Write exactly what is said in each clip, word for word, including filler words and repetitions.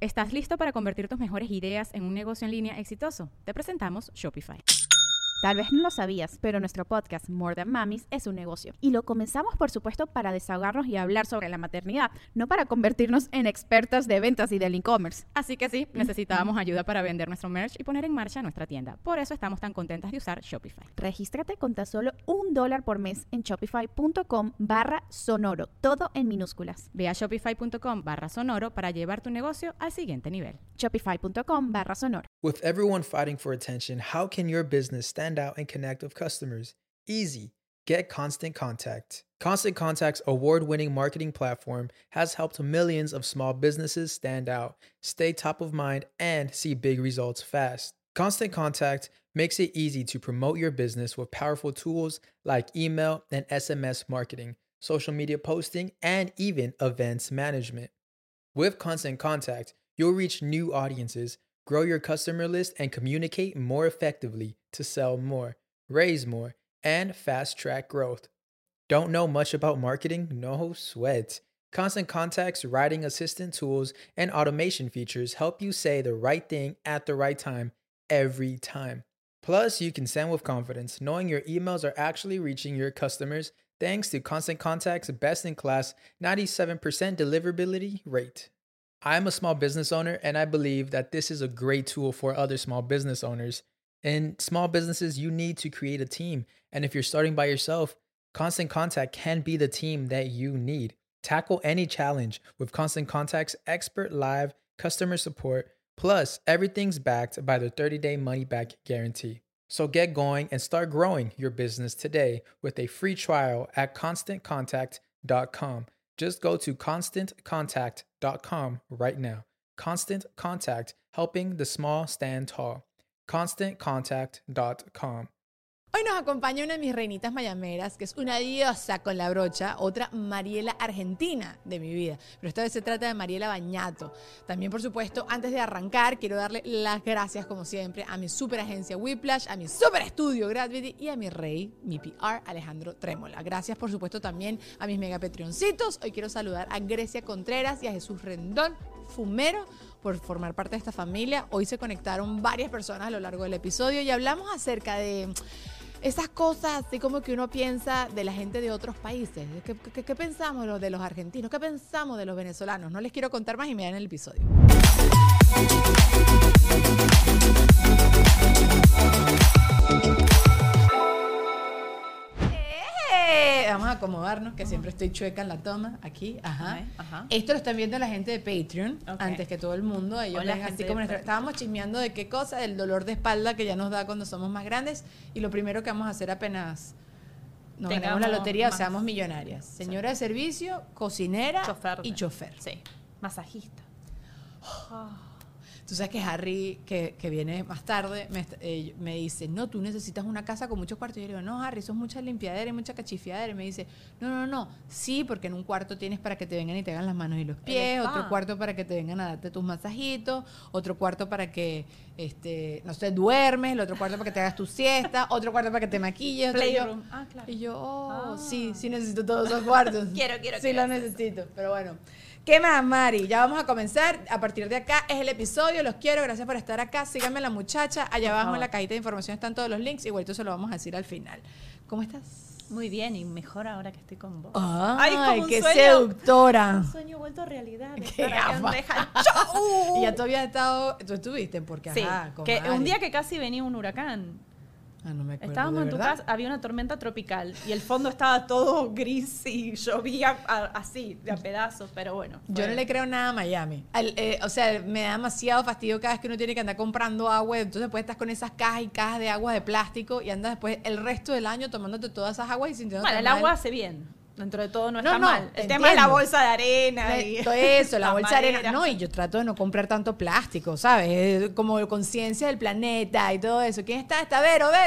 ¿Estás listo para convertir tus mejores ideas en un negocio en línea exitoso? Te presentamos Shopify. Tal vez no lo sabías, pero nuestro podcast More Than Mamis es un negocio. Y lo comenzamos, por supuesto, para desahogarnos y hablar sobre la maternidad, no para convertirnos en expertas de ventas y del e-commerce. Así que sí, necesitábamos ayuda para vender nuestro merch y poner en marcha nuestra tienda. Por eso estamos tan contentas de usar Shopify. Regístrate con tan solo un dólar por mes en shopify.com barra sonoro, todo en minúsculas. Ve a shopify.com barra sonoro para llevar tu negocio al siguiente nivel. Shopify.com barra sonoro. With everyone fighting for attention, how can your business stand out and connect with customers? Easy. Get Constant Contact. Constant Contact's award-winning marketing platform has helped millions of small businesses stand out, stay top of mind, and see big results fast. Constant Contact makes it easy to promote your business with powerful tools like email and S M S marketing, social media posting, and even events management. With Constant Contact, you'll reach new audiences, grow your customer list, and communicate more effectively to sell more, raise more, and fast-track growth. Don't know much about marketing? No sweat. Constant Contact's writing assistant tools and automation features help you say the right thing at the right time every time. Plus, you can send with confidence, knowing your emails are actually reaching your customers thanks to Constant Contact's best-in-class ninety-seven percent deliverability rate. I'm a small business owner, and I believe that this is a great tool for other small business owners. In small businesses, you need to create a team. And if you're starting by yourself, Constant Contact can be the team that you need. Tackle any challenge with Constant Contact's expert live customer support. Plus, everything's backed by the thirty-day money-back guarantee. So get going and start growing your business today with a free trial at constant contact dot com. Just go to constant contact dot com right now. Constant Contact, helping the small stand tall. constant contact dot com. Hoy nos acompaña una de mis reinitas mayameras, que es una diosa con la brocha, otra Mariela argentina de mi vida. Pero esta vez se trata de Mariela Bañato. También, por supuesto, antes de arrancar, quiero darle las gracias, como siempre, a mi super agencia Whiplash, a mi super estudio Gravity y a mi rey, mi P R, Alejandro Trémola. Gracias, por supuesto, también a mis mega petrioncitos. Hoy quiero saludar a Grecia Contreras y a Jesús Rendón, Fumero, por formar parte de esta familia. Hoy se conectaron varias personas a lo largo del episodio y hablamos acerca de esas cosas así como que uno piensa de la gente de otros países. ¿Qué, qué, qué pensamos de los argentinos? ¿Qué pensamos de los venezolanos? No les quiero contar más y me dan el episodio. Vamos a acomodarnos, que siempre estoy chueca en la toma. Aquí, ajá. Okay, ajá. Esto lo están viendo la gente de Patreon, okay, antes que todo el mundo. Ellos Hola, ven así como nuestra... Estábamos chismeando de qué cosa, del dolor de espalda que ya nos da cuando somos más grandes. Y lo primero que vamos a hacer apenas nos ganemos la lotería más... o seamos millonarias. Señora sí. de servicio, cocinera chofer y chofer. Sí, masajista. Oh. Tú sabes que Harry, que, que viene más tarde, me, eh, me dice, no, tú necesitas una casa con muchos cuartos. Y yo le digo, no, Harry, eso es mucha limpiadera y mucha cachifiadera. Y me dice, no, no, no, sí, porque en un cuarto tienes para que te vengan y te hagan las manos y los pies, otro cuarto para que te vengan a darte tus masajitos, otro cuarto para que, este, no sé, duermes, el otro cuarto para que te hagas tu siesta, otro cuarto para que te maquilles. Playroom. Yo, ah, claro. Y yo, oh, ah. sí, sí necesito todos esos cuartos. quiero, quiero, Sí, quiero lo necesito, eso. Pero bueno. ¿Qué más, Mari? Ya vamos a comenzar. A partir de acá es el episodio. Los quiero. Gracias por estar acá. Síganme a la muchacha. Allá por abajo favor. En la cajita de información están todos los links. Igualito se lo vamos a decir al final. ¿Cómo estás? Muy bien y mejor ahora que estoy con vos. Ay, Ay como qué sueño, seductora. Un sueño vuelto a realidad. Qué gafa. Y ya tú habías estado... Tú estuviste porque, sí, ajá, que un día que casi venía un huracán. Ah, no me acuerdo. Estábamos en tu casa, había una tormenta tropical y el fondo estaba todo gris y llovía a, así, de a pedazos, pero bueno. Fue. Yo no le creo nada a Miami. Al, eh, o sea, me da demasiado fastidio cada vez que uno tiene que andar comprando agua. Entonces, después estás con esas cajas y cajas de agua de plástico y andas después el resto del año tomándote todas esas aguas y sintiéndote mal. Bueno, el agua hace bien. Dentro de todo no está no, no, mal. El tema es la bolsa de arena. Y todo eso, la, la bolsa madera. de arena. No, y yo trato de no comprar tanto plástico, ¿sabes? Como conciencia del planeta y todo eso. ¿Quién está? Está Vero, Vero.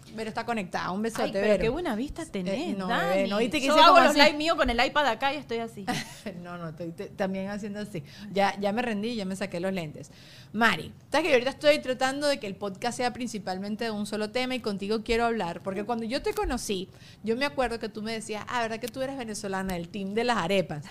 Vero está conectada. Un besote, Ay, pero Vero. qué buena vista tenés, Eh, no, Dani. bebé, no, ¿viste que Yo hice hago como los así? live míos con el iPad acá y estoy así. No, no, estoy te- también haciendo así. Ya, ya me rendí, ya me saqué los lentes. Mari, sabes que yo ahorita estoy tratando de que el podcast sea principalmente de un solo tema y contigo quiero hablar, porque cuando yo te conocí, yo me acuerdo que tú me decías, ah, ¿verdad que tú eres venezolana, del team de las arepas?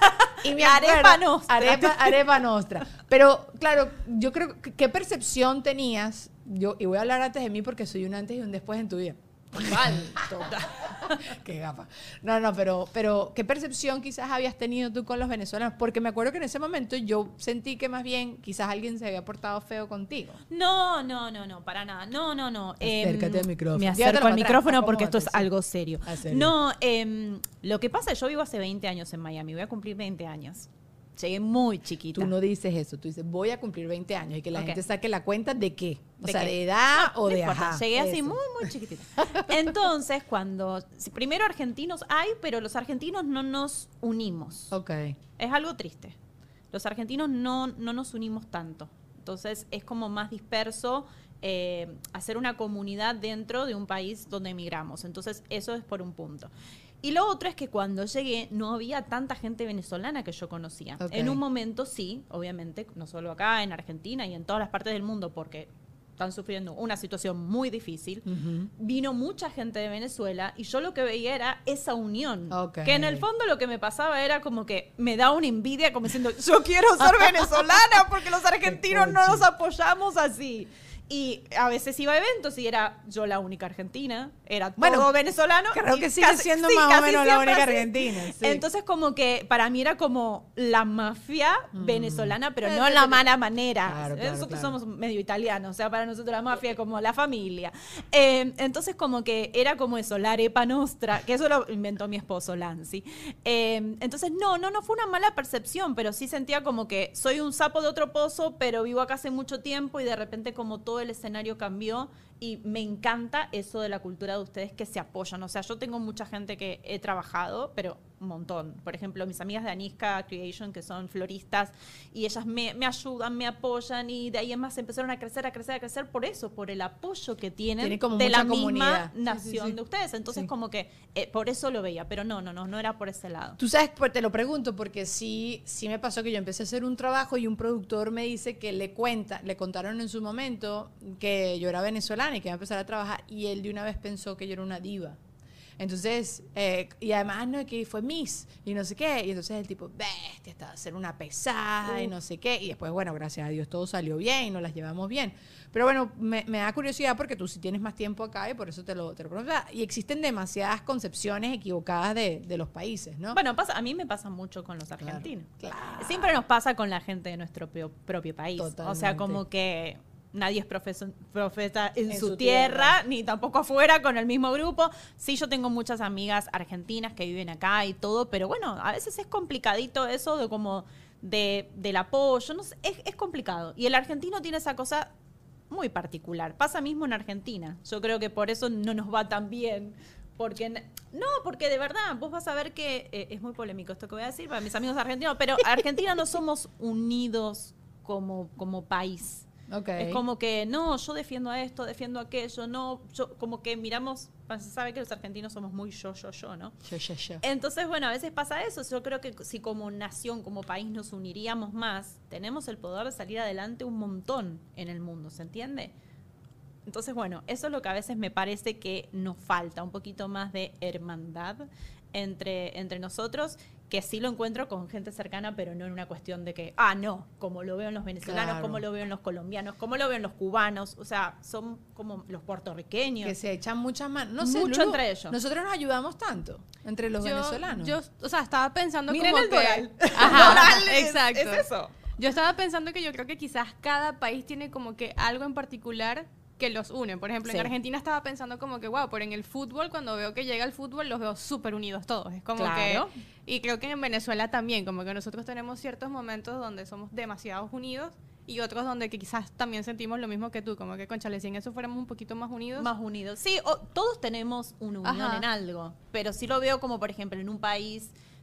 Y me Arepa acuerdo- nostra. Arepa, arepa nostra. Pero, claro, yo creo que qué percepción tenías, yo, y voy a hablar antes de mí porque soy un antes y un después en tu vida. Total, total. Qué gafa. No, no, pero, pero ¿qué percepción quizás habías tenido tú con los venezolanos? Porque me acuerdo que en ese momento yo sentí que más bien quizás alguien se había portado feo contigo. No, no, no, no, para nada. No, no, no. Acércate Em, al micrófono. Me Llévatelo acerco para al atrás, micrófono porque esto es acomódate, sí. algo serio. Ah, serio. No, em, lo que pasa es que yo vivo hace veinte años en Miami. Voy a cumplir veinte años. Llegué muy chiquita. Tú no dices eso, tú dices voy a cumplir veinte años y que la Ok. gente saque la cuenta de qué. O ¿De sea, qué? de edad o No de importa, ajá. Llegué así eso. muy, muy chiquitita. Entonces, cuando... si- Primero argentinos hay, pero los argentinos no nos unimos. Ok. Es algo triste. Los argentinos no, no nos unimos tanto. Entonces, es como más disperso eh, hacer una comunidad dentro de un país donde emigramos. Entonces, eso es por un punto. Y lo otro es que cuando llegué no había tanta gente venezolana que yo conocía. Ok. En un momento sí, obviamente, no solo acá, en Argentina y en todas las partes del mundo, porque están sufriendo una situación muy difícil. Ujú. Vino mucha gente de Venezuela y yo lo que veía era esa unión. Ok. Que en el fondo lo que me pasaba era como que me da una envidia como diciendo, yo quiero ser venezolana porque los argentinos no nos apoyamos así. Y a veces iba a eventos y era yo la única argentina, era todo Bueno, venezolano. creo y que sigue casi- siendo sí, más o casi menos la siempre única así. argentina, sí. Entonces como que para mí era como la mafia Mm. venezolana, pero Eh, no eh, en la eh, mala manera. claro, claro, Nosotros claro. somos medio italianos, o sea, para nosotros la mafia es como la familia. Eh, entonces como que era como eso, la arepa nostra, que eso lo inventó mi esposo Lancy. Eh, entonces no, no, no fue una mala percepción, pero sí sentía como que soy un sapo de otro pozo, pero vivo acá hace mucho tiempo y de repente como todo el escenario cambió y me encanta eso de la cultura de ustedes que se apoyan. O sea, yo tengo mucha gente que he trabajado, pero un montón. Por ejemplo, mis amigas de Aniska Creation, que son floristas, y ellas me, me ayudan, me apoyan, y de ahí en más empezaron a crecer, a crecer, a crecer por eso, por el apoyo que tienen Tiene como de mucha la misma comunidad. Sí, nación sí, sí. de ustedes. Entonces, Sí. como que eh, por eso lo veía, pero no, no, no, no era por ese lado. Tú sabes, pues te lo pregunto porque sí, sí me pasó que yo empecé a hacer un trabajo y un productor me dice que le cuenta, le contaron en su momento que yo era venezolana y que iba a empezar a trabajar y él de una vez pensó que yo era una diva. Entonces, eh, y además, no, que fue Miss y no sé qué. Y entonces el tipo, bestia, estaba a ser una pesada y no sé qué. Y después, bueno, gracias a Dios todo salió bien y nos las llevamos bien. Pero bueno, me, me da curiosidad porque tú sí tienes más tiempo acá y por eso te lo, te lo pregunto. Y existen demasiadas concepciones equivocadas de, de los países, ¿no? Bueno, pasa, a mí me pasa mucho con los Claro, argentinos. claro. Siempre nos pasa con la gente de nuestro propio, propio país. O Totalmente. sea, como que nadie es profeso- profeta en, En su, su tierra, tierra. ni tampoco afuera con el mismo grupo. Sí, yo tengo muchas amigas argentinas que viven acá y todo, pero bueno, a veces es complicadito eso de como de, del apoyo, no sé, es, es complicado. Y el argentino tiene esa cosa muy particular. Pasa mismo en Argentina. Yo creo que por eso no nos va tan bien. Porque, n- no, porque de verdad, vos vas a ver que, eh, es muy polémico esto que voy a decir para mis amigos argentinos, pero Argentina no somos unidos como, como país. Ok. Es como que, no, yo defiendo a esto, defiendo aquello, no, yo, como que miramos, se sabe que los argentinos somos muy yo, yo, yo, ¿no? Yo, yo, yo. Entonces, bueno, a veces pasa eso. Yo creo que si como nación, como país nos uniríamos más, tenemos el poder de salir adelante un montón en el mundo, ¿se entiende? Entonces, bueno, eso es lo que a veces me parece que nos falta, un poquito más de hermandad entre, entre nosotros, que sí lo encuentro con gente cercana, pero no en una cuestión de que, ah, no, como lo veo en los venezolanos, Claro. como lo veo en los colombianos, como lo veo en los cubanos, o sea, son como los puertorriqueños. Que se echan muchas manos. No sé, Mucho Lulú, entre ellos. Nosotros nos ayudamos tanto entre los yo, venezolanos. yo, o sea, estaba pensando Miren como el que... Doral. Ajá, Doral es- exacto. es eso. Yo estaba pensando que yo creo que quizás cada país tiene como que algo en particular que los une. Por ejemplo, Sí. en Argentina estaba pensando como que, wow, pero en el fútbol, cuando veo que llega el fútbol, los veo súper unidos todos. Es como Claro. que... Y creo que en Venezuela también, como que nosotros tenemos ciertos momentos donde somos demasiado unidos y otros donde que quizás también sentimos lo mismo que tú, como que, conchale, si en eso fuéramos un poquito más unidos. Más unidos. Sí, o- todos tenemos una unión Ajá. en algo, pero sí lo veo como, por ejemplo, en un país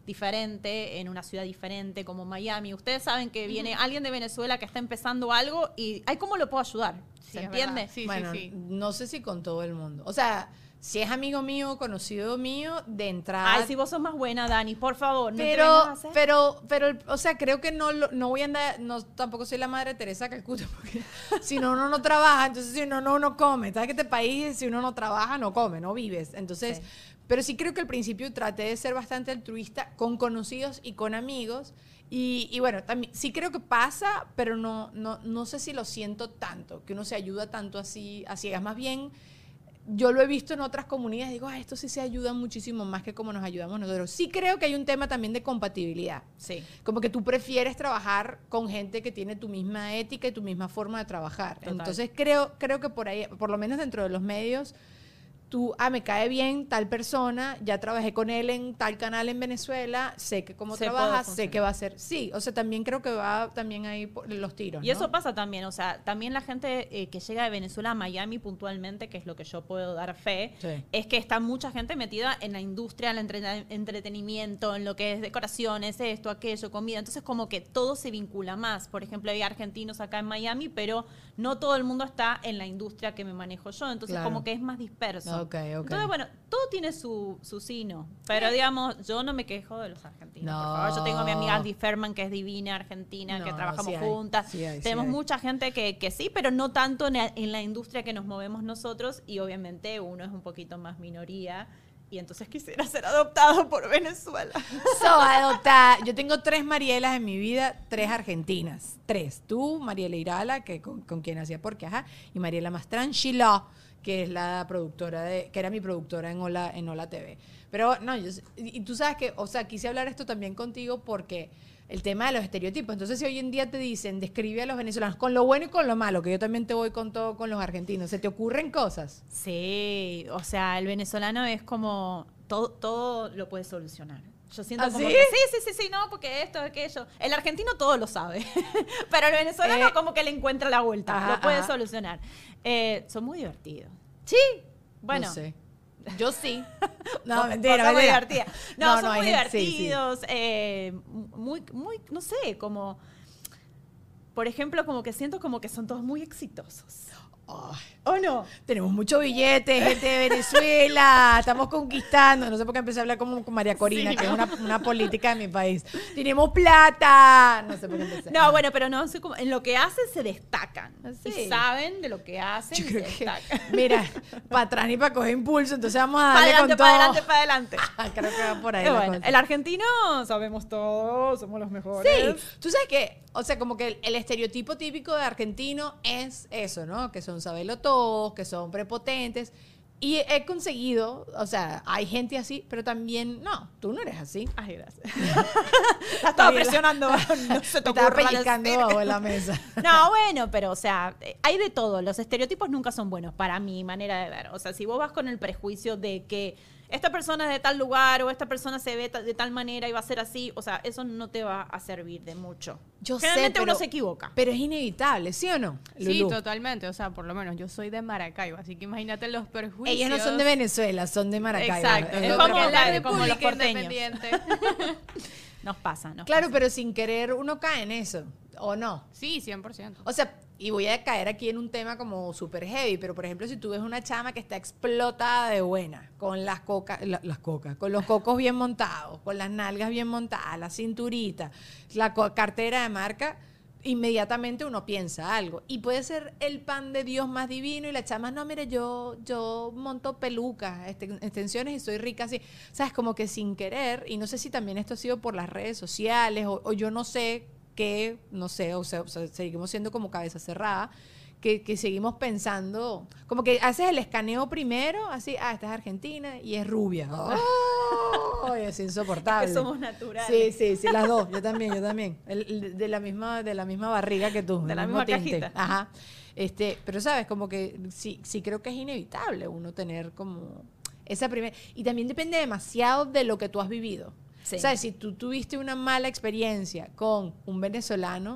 diferente, en una ciudad diferente, como Miami. Ustedes saben que viene alguien de Venezuela que está empezando algo y ay, ¿cómo lo puedo ayudar? Sí, ¿Se es entiende? verdad. Sí, bueno, sí, sí. no sé si con todo el mundo. O sea, si es amigo mío, conocido mío, de entrada... Ay, si vos sos más buena, Dani, por favor, no te Pero, vengas a hacer. pero, pero, o sea, creo que no, lo- no voy a andar, no, tampoco soy la madre Teresa de Calcuta, porque si no, uno no trabaja, entonces si uno no, uno come. ¿Sabes que este país, si uno no trabaja, no come, no vives? Entonces, Sí. pero sí creo que al principio traté de ser bastante altruista con conocidos y con amigos. Y, y bueno, también sí creo que pasa, pero no, no, no sé si lo siento tanto, que uno se ayuda tanto así a ciegas. Más bien, yo lo he visto en otras comunidades, digo, ah, esto sí se ayuda muchísimo más que como nos ayudamos nosotros. Sí creo que hay un tema también de compatibilidad. Sí. Como que tú prefieres trabajar con gente que tiene tu misma ética y tu misma forma de trabajar. Total. Entonces creo, creo que por ahí, por lo menos dentro de los medios, tú, ah, me cae bien tal persona, ya trabajé con él en tal canal en Venezuela, sé que cómo Se trabaja, puede sé funcionar. que va a ser. Sí, o sea, también creo que va también ahí por los tiros. Y ¿no? eso pasa también, o sea, también la gente eh, que llega de Venezuela a Miami puntualmente, que es lo que yo puedo dar fe, Sí. es que está mucha gente metida en la industria del entre- entretenimiento, en lo que es decoraciones, esto, aquello, comida. Entonces como que todo se vincula más. Por ejemplo, hay argentinos acá en Miami, pero no todo el mundo está en la industria que me manejo yo. Entonces Claro. como que es más disperso. Ok, ok. Entonces, bueno, todo tiene su, su sino. Pero digamos, yo no me quejo de los argentinos. No. Por favor, yo tengo a mi amiga Andy Ferman, que es divina, argentina, que No, trabajamos sí hay, juntas. sí hay, sí Tenemos hay. mucha gente que, que sí, pero no tanto en la, en la industria que nos movemos nosotros. Y obviamente uno es un poquito más minoría. Y entonces quisiera ser adoptado por Venezuela. So, adoptada. Yo tengo tres Marielas en mi vida, tres argentinas. Tres. Tú, Mariela Irala, que con, con quien hacía porque, ajá, y Mariela Mastrangelo, que es la productora de, que era mi productora en Hola, en Hola T V. Pero no, yo, y, y tú sabes que, o sea, quise hablar esto también contigo porque el tema de los estereotipos. Entonces, si hoy en día te dicen, describe a los venezolanos con lo bueno y con lo malo, que yo también te voy con todo con los argentinos, ¿se te ocurren cosas? Sí, o sea, el venezolano es como todo, todo lo puede solucionar. Yo siento ¿Ah, como sí? que sí, sí, sí, sí, no, porque esto, aquello. El argentino todo lo sabe, pero el venezolano Eh, como que le encuentra la vuelta, ajá, lo puede ajá. solucionar. Eh, son muy divertidos. Sí. Bueno, No sé. Yo sí. No, vos- mentira, vos sos muy mentira. divertida. No, son hay muy gente- sí, sí. divertidos, eh, muy, muy, no sé, como, por ejemplo, como que siento como que son todos muy exitosos. Ay, ¿O no? tenemos mucho billete, gente de Venezuela, estamos conquistando. No sé por qué empecé a hablar como con María Corina, Sí, que ¿no? es una, una política de mi país. Tenemos plata. No sé por qué empecé. No, bueno, pero no sé cómo, en lo que hacen se destacan. Sí. Y saben de lo que hacen Yo y creo se que, destacan. mira, para atrás ni para coger impulso, entonces vamos a Para darle adelante, con todo. para adelante, para adelante. Creo que va por ahí Eh, la bueno, cosa. el argentino sabemos todo, somos los mejores. Sí, tú sabes que, o sea, como que el, el estereotipo típico de argentino es eso, ¿no? Que son sabelotodos, que son prepotentes. Y he conseguido, o sea, hay gente así, pero también, no, tú no eres así. Ay, gracias. La estaba Mariela. presionando. No se Me te estaba ocurra pellizcando decir. bajo de la mesa. No, bueno, pero o sea, eh, hay de todo. Los estereotipos nunca son buenos para mi manera de ver. O sea, si vos vas con el prejuicio de que esta persona es de tal lugar o esta persona se ve ta- de tal manera y va a ser así, o sea, eso no te va a servir de mucho. Yo sé, Generalmente uno pero- se equivoca. Pero es inevitable, ¿sí o no? Sí, Lulú? totalmente. O sea, por lo menos yo soy de Maracaibo, así que imagínate los perjuicios. Ellos no son de Venezuela, son de Maracaibo. Exacto. Es Es lo otra como que cosa. la la- como los República porteños. Independiente. Nos pasa, ¿no? Claro, pero sin querer uno cae en eso, ¿o no? Sí, cien por ciento. O sea, y voy a caer aquí en un tema como súper heavy, pero por ejemplo, si tú ves una chama que está explotada de buena, con las cocas, la- las cocas, con los cocos bien montados, con las nalgas bien montadas, la cinturita, la co- cartera de marca, inmediatamente uno piensa algo. Y puede ser el pan de Dios más divino y la chama, no, mire, yo, yo monto pelucas, este- extensiones y soy rica así. ¿Sabes? Como que sin querer, y no sé si también esto ha sido por las redes sociales o, o yo no sé qué, no sé, o sea, o sea, seguimos siendo como cabeza cerrada, que, que seguimos pensando, como que haces el escaneo primero, así, ah, esta es argentina y es rubia. ¡Oh! es insoportable. Es que somos naturales. Sí, sí, sí, las dos, yo también, yo también. El- el- de la misma, de la misma barriga que tú. De del la mismo misma tinte. cajita. Ajá. Este, pero sabes, como que sí, sí creo que es inevitable uno tener como esa primera. Y también depende demasiado de lo que tú has vivido. Sí. ¿Sabes? Si tú tuviste una mala experiencia con un venezolano,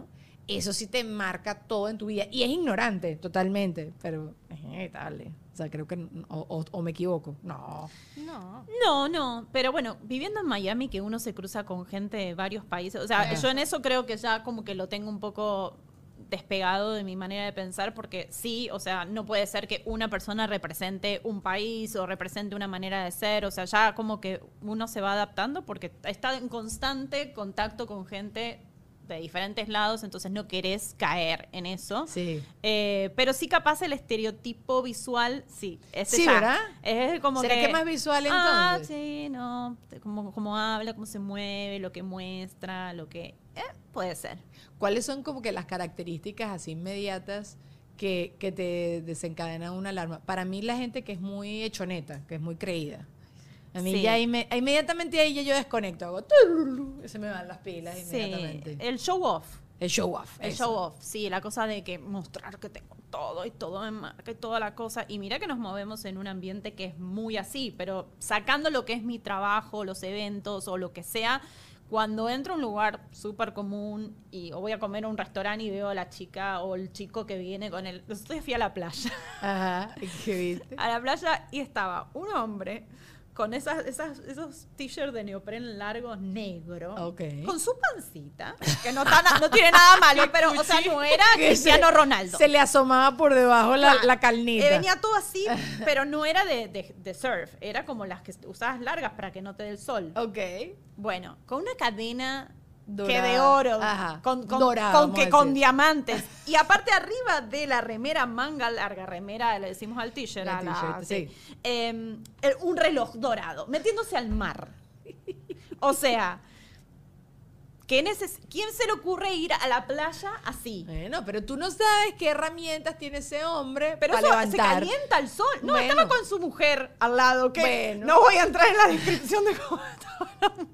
eso sí te marca todo en tu vida. Y es ignorante, totalmente, pero es inevitable. O sea, creo que... O, o, o me equivoco. No. No. No, no, pero bueno, viviendo en Miami, que uno se cruza con gente de varios países, o sea, Ajá. yo en eso creo que ya como que lo tengo un poco despegado de mi manera de pensar, porque sí, o sea, no puede ser que una persona represente un país o represente una manera de ser, o sea, ya como que uno se va adaptando porque está en constante contacto con gente de diferentes lados, entonces no querés caer en eso. Sí. Eh, pero sí capaz el estereotipo visual, sí. Ese Sí, ya. ¿verdad? Es como ¿Será que, que es más visual Ah, entonces? sí, no. Cómo, cómo habla, cómo se mueve, lo que muestra, lo que... Eh, puede ser. ¿Cuáles son como que las características así inmediatas que, que te desencadenan una alarma? Para mí la gente que es muy hechoneta, que es muy creída. A mí Sí. ya inme- inmediatamente ahí ya yo desconecto, hago tururú, y se me van las pilas inmediatamente. Sí. El show off. El show off. El eso. show off, sí, la cosa de que mostrar que tengo todo y todo me marca y toda la cosa. Y mira que nos movemos en un ambiente que es muy así, pero sacando lo que es mi trabajo, los eventos o lo que sea, cuando entro a un lugar súper común y o voy a comer a un restaurante y veo a la chica o el chico que viene con el... Nosotros fui a la playa. Ajá, ¿qué viste? A la playa y estaba un hombre con esas, esas, esos t-shirts de neopren largos negros, Ok. con su pancita, que no, está na- no tiene nada malo, pero o sea, no era Que Cristiano se- Ronaldo. Se le asomaba por debajo la, Claro. la carnita. Eh, venía todo así, pero no era de, de, de surf, era como las que usabas largas para que no te dé el sol. Ok. Bueno, con una cadena que Dorada. de oro, Ajá. con, con, Dorada, con, vamos que, a con decir. diamantes. Y aparte arriba de la remera manga larga, remera, le decimos al t-shirt, La a la- t-shirt, sí. sí. Eh, el- un reloj dorado, metiéndose al mar. O sea, ¿qué neces- ¿quién se le ocurre ir a la playa así? Bueno, pero tú no sabes qué herramientas tiene ese hombre Pero para eso levantar. se calienta el sol. No, Bueno. estaba con su mujer al lado. Que Bueno. no voy a entrar en la descripción de cómo estaba la mujer.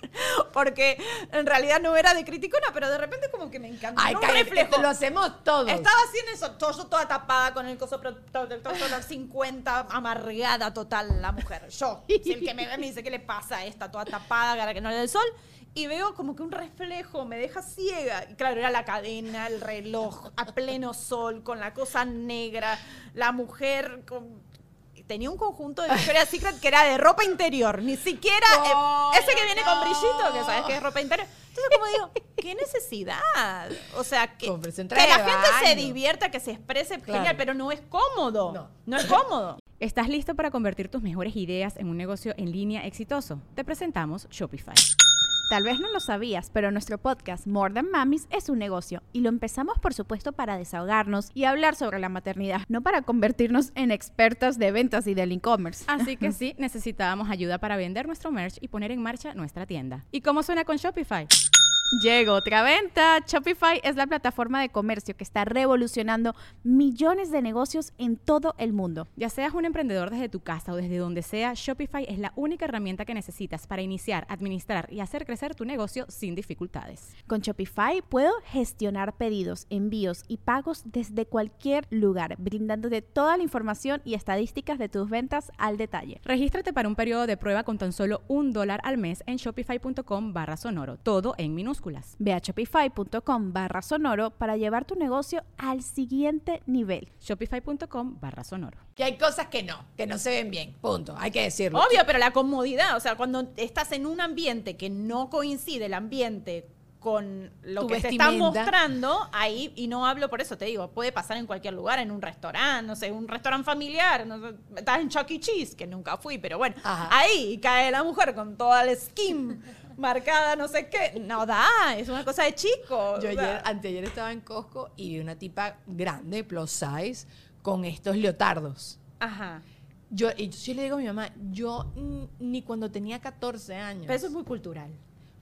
Porque en realidad no era de criticona, pero de repente como que me encantó. Ay, un cállate, reflejo. lo hacemos todos. Estaba así en eso, todo, yo toda tapada con el coso protector solar cincuenta, amargada total la mujer. Yo, si el que me ve me dice, ¿qué le pasa a esta? Toda tapada para que no le dé el sol. Y veo como que un reflejo me deja ciega. Y claro, era la cadena, el reloj, a pleno sol, con la cosa negra, la mujer con... Tenía un conjunto de Victoria's Secret que era de ropa interior, ni siquiera No, eh, ese que viene no. con brillito, que sabes que es ropa interior. Entonces, como digo, ¿qué necesidad? O sea, que, Cómprese un que traje la de gente se baño. divierta, que se exprese, Claro. genial, pero no es cómodo. No. No es cómodo. ¿Estás listo para convertir tus mejores ideas en un negocio en línea exitoso? Te presentamos Shopify. Tal vez no lo sabías, pero nuestro podcast More Than Mamis es un negocio y lo empezamos por supuesto para desahogarnos y hablar sobre la maternidad, no para convertirnos en expertas de ventas y del e-commerce. Así que sí, necesitábamos ayuda para vender nuestro merch y poner en marcha nuestra tienda. ¿Y cómo suena con Shopify? Llegó otra venta. Shopify es la plataforma de comercio que está revolucionando millones de negocios en todo el mundo. Ya seas un emprendedor desde tu casa o desde donde sea, Shopify es la única herramienta que necesitas para iniciar, administrar y hacer crecer tu negocio sin dificultades. Con Shopify puedo gestionar pedidos, envíos y pagos desde cualquier lugar, brindándote toda la información y estadísticas de tus ventas al detalle. Regístrate para un periodo de prueba con tan solo un dólar al mes en shopify.com barra sonoro, todo en minúsculas. Ve a shopify.com barra sonoro para llevar tu negocio al siguiente nivel. Shopify.com barra sonoro. Que hay cosas que no, que no se ven bien. Punto. Hay que decirlo. Obvio, pero la comodidad, o sea, cuando estás en un ambiente que no coincide el ambiente con lo Tu que te están vestimenta. mostrando, ahí, y no hablo por eso, te digo, puede pasar en cualquier lugar, en un restaurante, no sé, un restaurante familiar, no sé, estás en Chuck E. Cheese, que nunca fui, pero bueno, Ajá. ahí cae la mujer con toda la skin marcada, no sé qué, no da, es una cosa de chico. Yo o ayer, sea. anteayer estaba en Costco y vi una tipa grande, plus size, con estos leotardos. Ajá, Yo, y yo le digo a mi mamá, yo mm, ni cuando tenía catorce años. pero eso es muy cultural,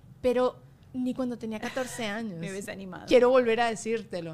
Pero ni cuando tenía catorce años. me hubiese animado. Quiero volver a decírtelo.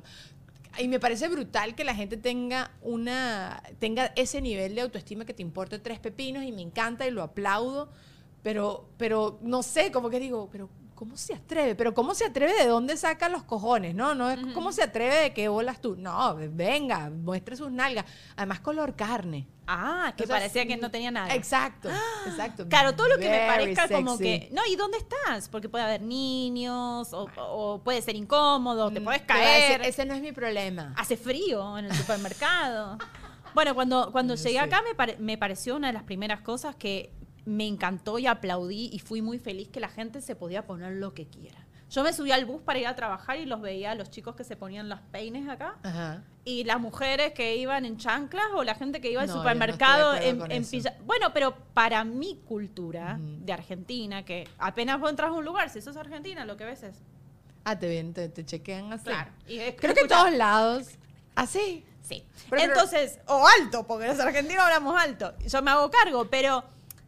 Y me parece brutal que la gente tenga una tenga ese nivel de autoestima que te importe tres pepinos y me encanta y lo aplaudo, pero pero no sé, como que digo, pero ¿cómo se atreve? Pero ¿cómo se atreve de dónde saca los cojones? No, no es ¿cómo se atreve de qué bolas tú? No, venga, muestre sus nalgas. Además, color carne. Ah, que O sea, parecía sí. que no tenía nada. Exacto, exacto. Claro, todo lo que me Very parezca como sexy. que... No, ¿y dónde estás? Porque puede haber niños, o, o puede ser incómodo, te puedes Te voy a decir, caer. ese no es mi problema. Hace frío en el supermercado. Bueno, cuando, cuando No llegué sé. acá me, pare- me pareció una de las primeras cosas que me encantó y aplaudí y fui muy feliz que la gente se podía poner lo que quiera. Yo me subí al bus para ir a trabajar y los veía a los chicos que se ponían los peines acá Ajá. y las mujeres que iban en chanclas o la gente que iba al No, yo no supermercado estoy de en, acuerdo con en eso. pilla- Bueno, pero para mi cultura Ujú. de Argentina, que apenas vos entras a un lugar, si sos argentina, lo que ves es... Ah, te, ven, te, te chequean así. Claro. Y es- Creo que en escucha- todos lados. ¿Así? Sí. Pero- pero- Entonces, o alto, porque los argentinos hablamos alto. Yo me hago cargo, pero,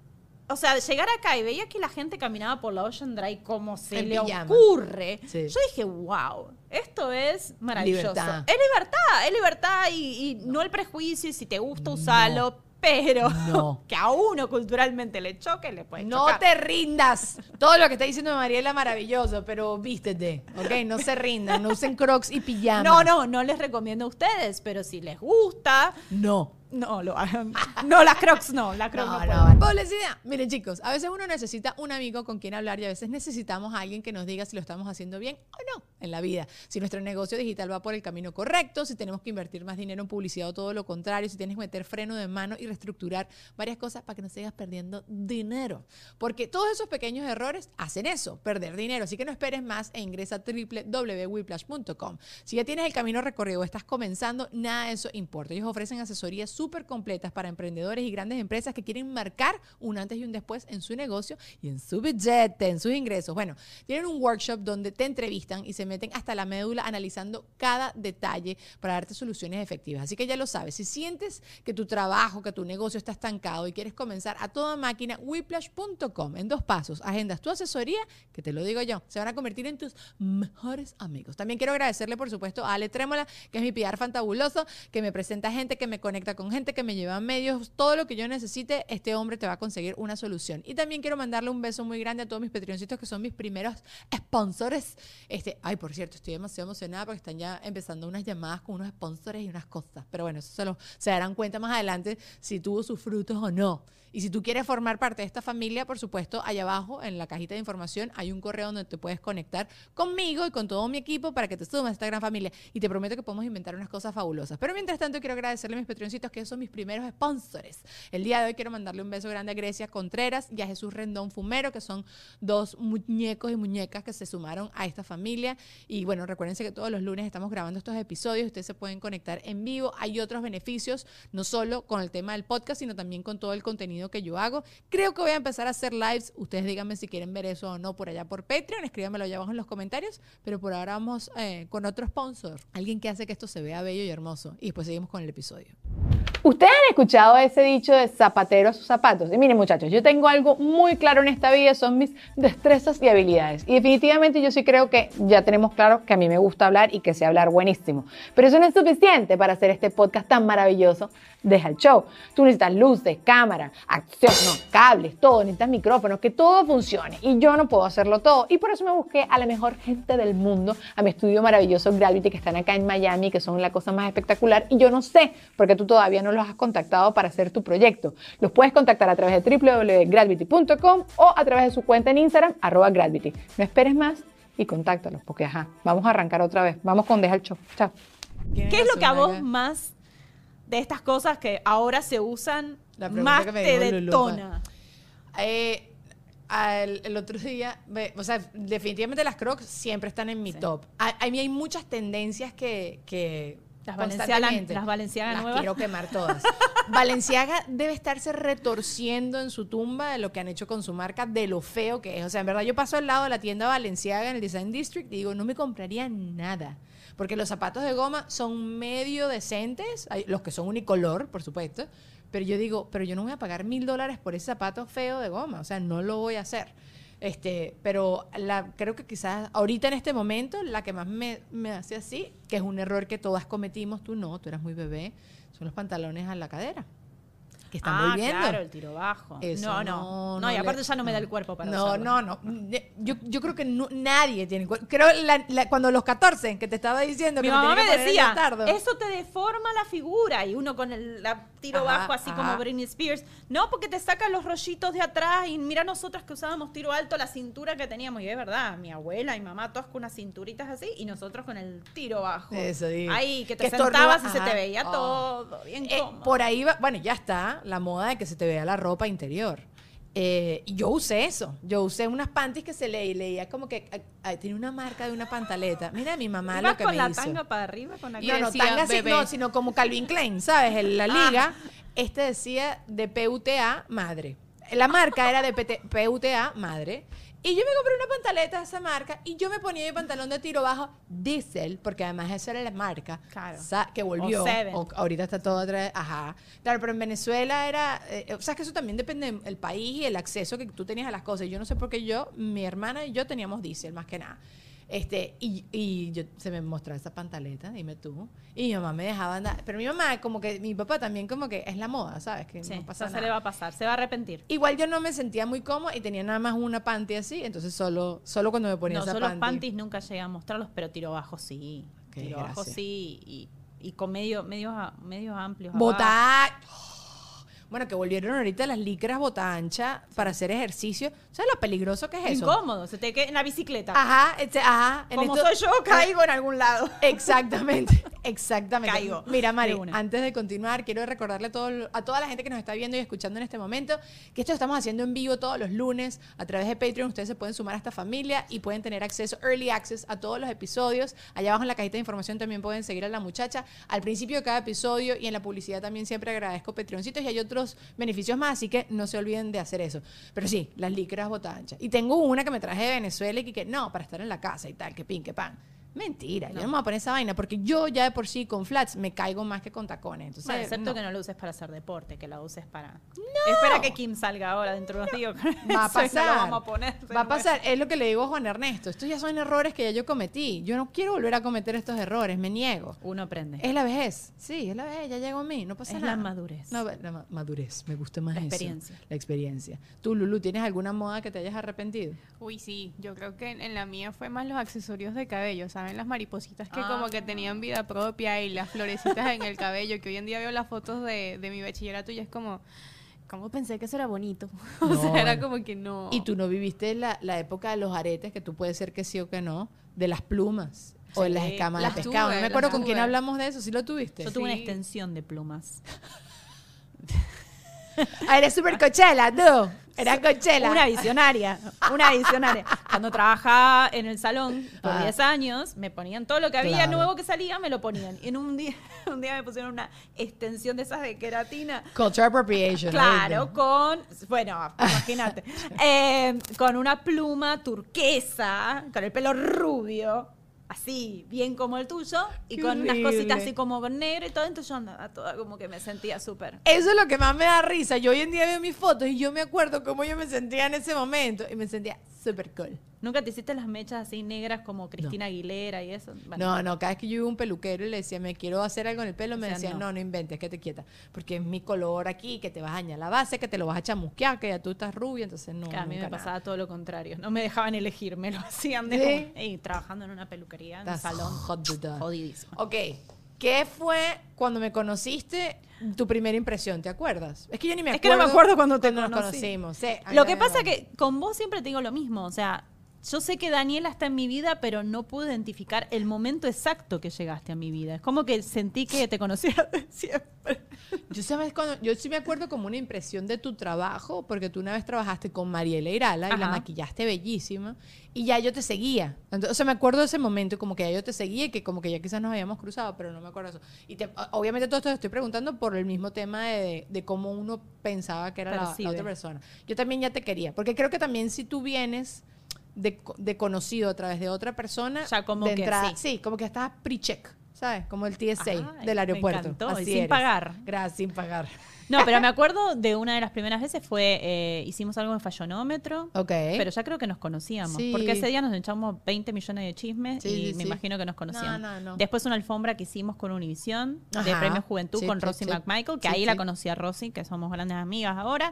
o sea, llegar acá y veía que la gente caminaba por la Ocean Drive como se En le pijama. ocurre. Sí. Yo dije, wow, esto es maravilloso. Libertad. Es libertad, es libertad y, y no. el prejuicio, y si te gusta usarlo, pero No. que a uno culturalmente le choque, le puede No chocar. te rindas. Todo lo que está diciendo Mariela maravilloso, pero vístete, ¿ok? No se rindan, no usen crocs y pijama. No, no, no les recomiendo a ustedes, pero si les gusta, No. no lo hagan. No, las crocs no, las crocs no, No, puedo. no, publicidad. Miren, chicos, a veces uno necesita un amigo con quien hablar y a veces necesitamos a alguien que nos diga si lo estamos haciendo bien o no en la vida. Si nuestro negocio digital va por el camino correcto, si tenemos que invertir más dinero en publicidad o todo lo contrario, si tienes que meter freno de mano y reestructurar varias cosas para que no sigas perdiendo dinero. Porque todos esos pequeños errores hacen eso, perder dinero. Así que no esperes más e ingresa a doble u doble u doble u punto whiplash punto com. Si ya tienes el camino recorrido o estás comenzando, nada de eso importa. Ellos ofrecen asesorías súper completas para emprendedores y grandes empresas que quieren marcar un antes y un después en su negocio y en su billete, en sus ingresos. Bueno, tienen un workshop donde te entrevistan y se meten hasta la médula analizando cada detalle para darte soluciones efectivas. Así que ya lo sabes, si sientes que tu trabajo, que tu negocio está estancado y quieres comenzar a toda máquina, whiplash punto com. En dos pasos, agendas tu asesoría, que te lo digo yo, se van a convertir en tus mejores amigos. También quiero agradecerle, por supuesto, a Ale Trémola, que es mi P R fantabuloso, que me presenta gente, que me conecta con gente, que me lleva a medios, todo lo que yo necesite, este hombre te va a conseguir una solución. Y también quiero mandarle un beso muy grande a todos mis patreoncitos que son mis primeros sponsors. Este, ay, por cierto, estoy demasiado emocionada porque están ya empezando unas llamadas con unos sponsors y unas cosas. Pero bueno, eso se, lo, se darán cuenta más adelante si tuvo sus frutos o no. Y si tú quieres formar parte de esta familia, por supuesto, allá abajo en la cajita de información hay un correo donde te puedes conectar conmigo y con todo mi equipo para que te sumes a esta gran familia. Y te prometo que podemos inventar unas cosas fabulosas. Pero mientras tanto, quiero agradecerle a mis patreoncitos que son mis primeros sponsors. El día de hoy quiero mandarle un beso grande a Grecia Contreras y a Jesús Rendón Fumero, que son dos muñecos y muñecas que se sumaron a esta familia. Y bueno, recuérdense que todos los lunes estamos grabando estos episodios. Ustedes se pueden conectar en vivo. Hay otros beneficios, no solo con el tema del podcast, sino también con todo el contenido que yo hago. Creo que voy a empezar a hacer lives. Ustedes díganme si quieren ver eso o no por allá por Patreon. Escríbanmelo allá abajo en los comentarios. Pero por ahora vamos eh, con otro sponsor. Alguien que hace que esto se vea bello y hermoso. Y después seguimos con el episodio. Ustedes han escuchado ese dicho de zapatero a sus zapatos. Y miren, muchachos, yo tengo algo muy claro en esta vida, son mis destrezas y habilidades. Y definitivamente yo sí creo que ya tenemos claro que a mí me gusta hablar y que sé hablar buenísimo. Pero eso no es suficiente para hacer este podcast tan maravilloso. Deja el show. Tú necesitas luces, cámara, acción, no, cables, todo, necesitas micrófonos, que todo funcione. Y yo no puedo hacerlo todo. Y por eso me busqué a la mejor gente del mundo, a mi estudio maravilloso Gravity, que están acá en Miami, que son la cosa más espectacular. Y yo no sé, porque tú todavía no los has contactado para hacer tu proyecto. Los puedes contactar a través de doble u doble u doble u punto gravity punto com o a través de su cuenta en Instagram, arroba Gravity. No esperes más y contáctalos, porque ajá, vamos a arrancar otra vez. Vamos con Deja el Show. Chao. ¿Qué es lo que a vos más de estas cosas que ahora se usan La pregunta más que me te dijo Lulufa. detona? Eh, al- el otro día, ve, o sea, definitivamente las Crocs siempre están en mi Sí. top. A, a mí hay muchas tendencias que, que Las Balenciaga- constantemente- las Balenciaga las nuevas. quiero quemar todas. Balenciaga debe estarse retorciendo en su tumba de lo que han hecho con su marca, de lo feo que es. O sea, en verdad yo paso al lado de la tienda Balenciaga en el Design District y digo, no me compraría nada. Porque los zapatos de goma son medio decentes, hay los que son unicolor, por supuesto, pero yo digo, pero yo no voy a pagar mil dólares por ese zapato feo de goma, o sea, no lo voy a hacer. Este, pero la, creo que quizás ahorita en este momento la que más me, me hace así, que es un error que todas cometimos, tú no, tú eras muy bebé, son los pantalones a la cadera. que están ah, volviendo. claro, el tiro bajo. Eso no, no, no, no. no y aparte le- ya no me da no. el cuerpo para No, usarlo. no, no. Yo, yo creo que no- nadie tiene cuerpo. Creo la, la- cuando los catorce, que te estaba diciendo Mi que mamá tenía me que poner el decía, leotardo. eso te deforma la figura. Y uno con el la tiro Ajá, bajo, así ajá. como Britney Spears. No, porque te sacan los rollitos de atrás. Y mira nosotras que usábamos tiro alto, la cintura que teníamos. Y es verdad, mi abuela y mamá todas con unas cinturitas así. Y nosotros con el tiro bajo. Eso, digo. Ahí, que te Que estornuda, sentabas y se ajá. te veía Oh. todo. Bien Eh, cómodo. por ahí va, bueno, ya está la moda de que se te vea la ropa interior. Eh, y yo usé eso. Yo usé unas panties que se le leía como que ah, ah, tiene una marca de una pantaleta. Mira mi mamá ¿Ibas lo que con me la hizo. tanga para arriba? Con la Y No, no, decía, tanga así, bebé. no, sino como Calvin Klein, ¿sabes? En la Ah. liga, este decía de P U T A madre. La marca era de P T P U T A madre. Y yo me compré una pantaleta de esa marca y yo me ponía mi pantalón de tiro bajo Diesel, porque además esa era la marca. Claro. Sa- que volvió. O Seven. O- ahorita está todo otra vez. Ajá. Claro, pero en Venezuela era. Eh, o sea, que eso también depende del país y el acceso que tú tenías a las cosas. Y yo no sé por qué yo, mi hermana y yo teníamos Diesel, más que nada. Este, y, y yo, se me mostró esa pantaleta, dime tú. Y mi mamá me dejaba andar. Pero mi mamá, como que, mi papá también, como que es la moda, ¿sabes? Que Sí, no pasa eso se nada. le va a pasar, se va a arrepentir. Igual yo no me sentía muy cómoda y tenía nada más una panty así, entonces solo, solo cuando me ponía No, esa yo los panty. panties nunca llegué a mostrarlos, pero tiro bajo sí. Qué tiro bajo desgracia. sí y, y con medio, medios, a- medios amplios. abajo. Bota. Bueno, que volvieron ahorita las licras bota ancha para hacer ejercicio. ¿Sabes lo peligroso que es eso? Incómodo, se te queda en la bicicleta. Ajá, este, ajá. en Como esto- soy yo, caigo en algún lado. Exactamente, exactamente. Caigo. Mira, Mari, De una. antes de continuar, quiero recordarle a, todo, a toda la gente que nos está viendo y escuchando en este momento que esto lo estamos haciendo en vivo todos los lunes a través de Patreon. Ustedes se pueden sumar a esta familia y pueden tener acceso, early access, a todos los episodios. Allá abajo en la cajita de información también pueden seguir a la muchacha al principio de cada episodio y en la publicidad también siempre agradezco Patreoncitos y hay otros beneficios más, así que no se olviden de hacer eso. Pero sí, las licras bota ancha. Y tengo una que me traje de Venezuela y que, que no, para estar en la casa y tal, que pin, que pan. Mentira, yo no me voy a poner esa vaina porque yo ya de por sí con flats me caigo más que con tacones. Entonces, Bueno, excepto no. que no lo uses para hacer deporte, que la uses para... Espera que Kim salga ahora dentro de unos días. Va a Eso, y no pasar. lo vamos a poner. Va a pasar. Es lo que le digo a Juan Ernesto. Estos ya son errores que ya yo cometí. Yo no quiero volver a cometer estos errores. Me niego. Uno aprende. Es la vejez. Sí, es la vejez. Ya llegó a mí. No pasa Es nada. la madurez. No, la ma- madurez. Me gusta más La eso. experiencia. La experiencia. Tú, Lulu, ¿tienes alguna moda que te hayas arrepentido? Uy, sí, yo creo que en, en la mía fue más los accesorios de cabello, ¿saben? Las maripositas que Ah. como que tenían vida propia y las florecitas en el cabello, que hoy en día veo las fotos de, de mi bachillerato y es como, ¿cómo pensé que eso era bonito? o No, sea, era bueno. como que no. Y tú no viviste la, la época de los aretes, que tú puedes ser que sí o que no, de las plumas o de las Sí, escamas las de pescado. tuve, no me acuerdo las con quién tuve. hablamos de eso. ¿Sí lo tuviste? Yo tuve una Sí. extensión de plumas. Ah, eres súper cochela, tú. Era cochela. Una visionaria, una visionaria. Cuando trabajaba en el salón por Ah. diez años, me ponían todo lo que había Claro. nuevo que salía, me lo ponían. Y en un día, un día me pusieron una extensión de esas de queratina. Cultural appropriation. Claro, ¿viste? con, bueno, imagínate, eh, con una pluma turquesa, con el pelo rubio, así, bien como el tuyo, y Qué con unas horrible. cositas así como con negro y todo. Entonces yo andaba toda como que me sentía súper. Eso es lo que más me da risa. Yo hoy en día veo mis fotos y yo me acuerdo cómo yo me sentía en ese momento. Y me sentía súper cool. ¿Nunca te hiciste las mechas así negras como Cristina Aguilera y eso? Bueno, No, no, cada vez que yo iba a un peluquero y le decía, me quiero hacer algo en el pelo, me O sea, decía, no. no. no, inventes, que te quieta. Porque es mi color aquí, que te vas a dañar la base, que te lo vas a chamusquear, que ya tú estás rubia, entonces no. que a mí nunca me nada. pasaba todo lo contrario. No me dejaban elegir, me lo hacían de ¿Sí? como- Ey, trabajando en una peluquería, en un Estás salón. hot the dog. Jodidísimo. Ok, ¿qué fue cuando me conociste tu primera impresión? ¿Te acuerdas? Es que yo ni me Es que acuerdo. no me acuerdo cuando te nos conocí. conocimos. Sí, a mí Lo que también pasa me- que con vos siempre te digo lo mismo, o sea, yo sé que Daniela está en mi vida, pero no pude identificar el momento exacto que llegaste a mi vida. Es como que sentí que te conocía de siempre. Yo, sabes, cuando, yo sí me acuerdo como una impresión de tu trabajo, porque tú una vez trabajaste con Mariela Irala y la Ajá. maquillaste bellísima, y ya yo te seguía. Entonces, o sea, me acuerdo de ese momento, como que ya yo te seguía y que como que ya quizás nos habíamos cruzado, pero no me acuerdo eso. Y te- obviamente todo esto te estoy preguntando por el mismo tema de, de cómo uno pensaba que era la, la Percibe. otra persona. Yo también ya te quería, porque creo que también si tú vienes de, de conocido a través de otra persona, Ya como de que entrada- sí. sí, como que estás pre-check. ¿sabes? Como el T S A Ay, del me aeropuerto. encantó, Así y sin eres. pagar. Gracias, sin pagar. No, pero me acuerdo de una de las primeras veces fue, eh, hicimos algo en Fallonómetro, Ok. pero ya creo que nos conocíamos, Sí. porque ese día nos echamos veinte millones de chismes Sí, y sí, me sí. imagino que nos conocíamos. No, no, no. Después una alfombra que hicimos con Univision de Ajá. Premio Juventud Sí, con sí, Rosy sí. McMichael, que Sí, ahí sí. la conocí a Rosy, que somos grandes amigas ahora.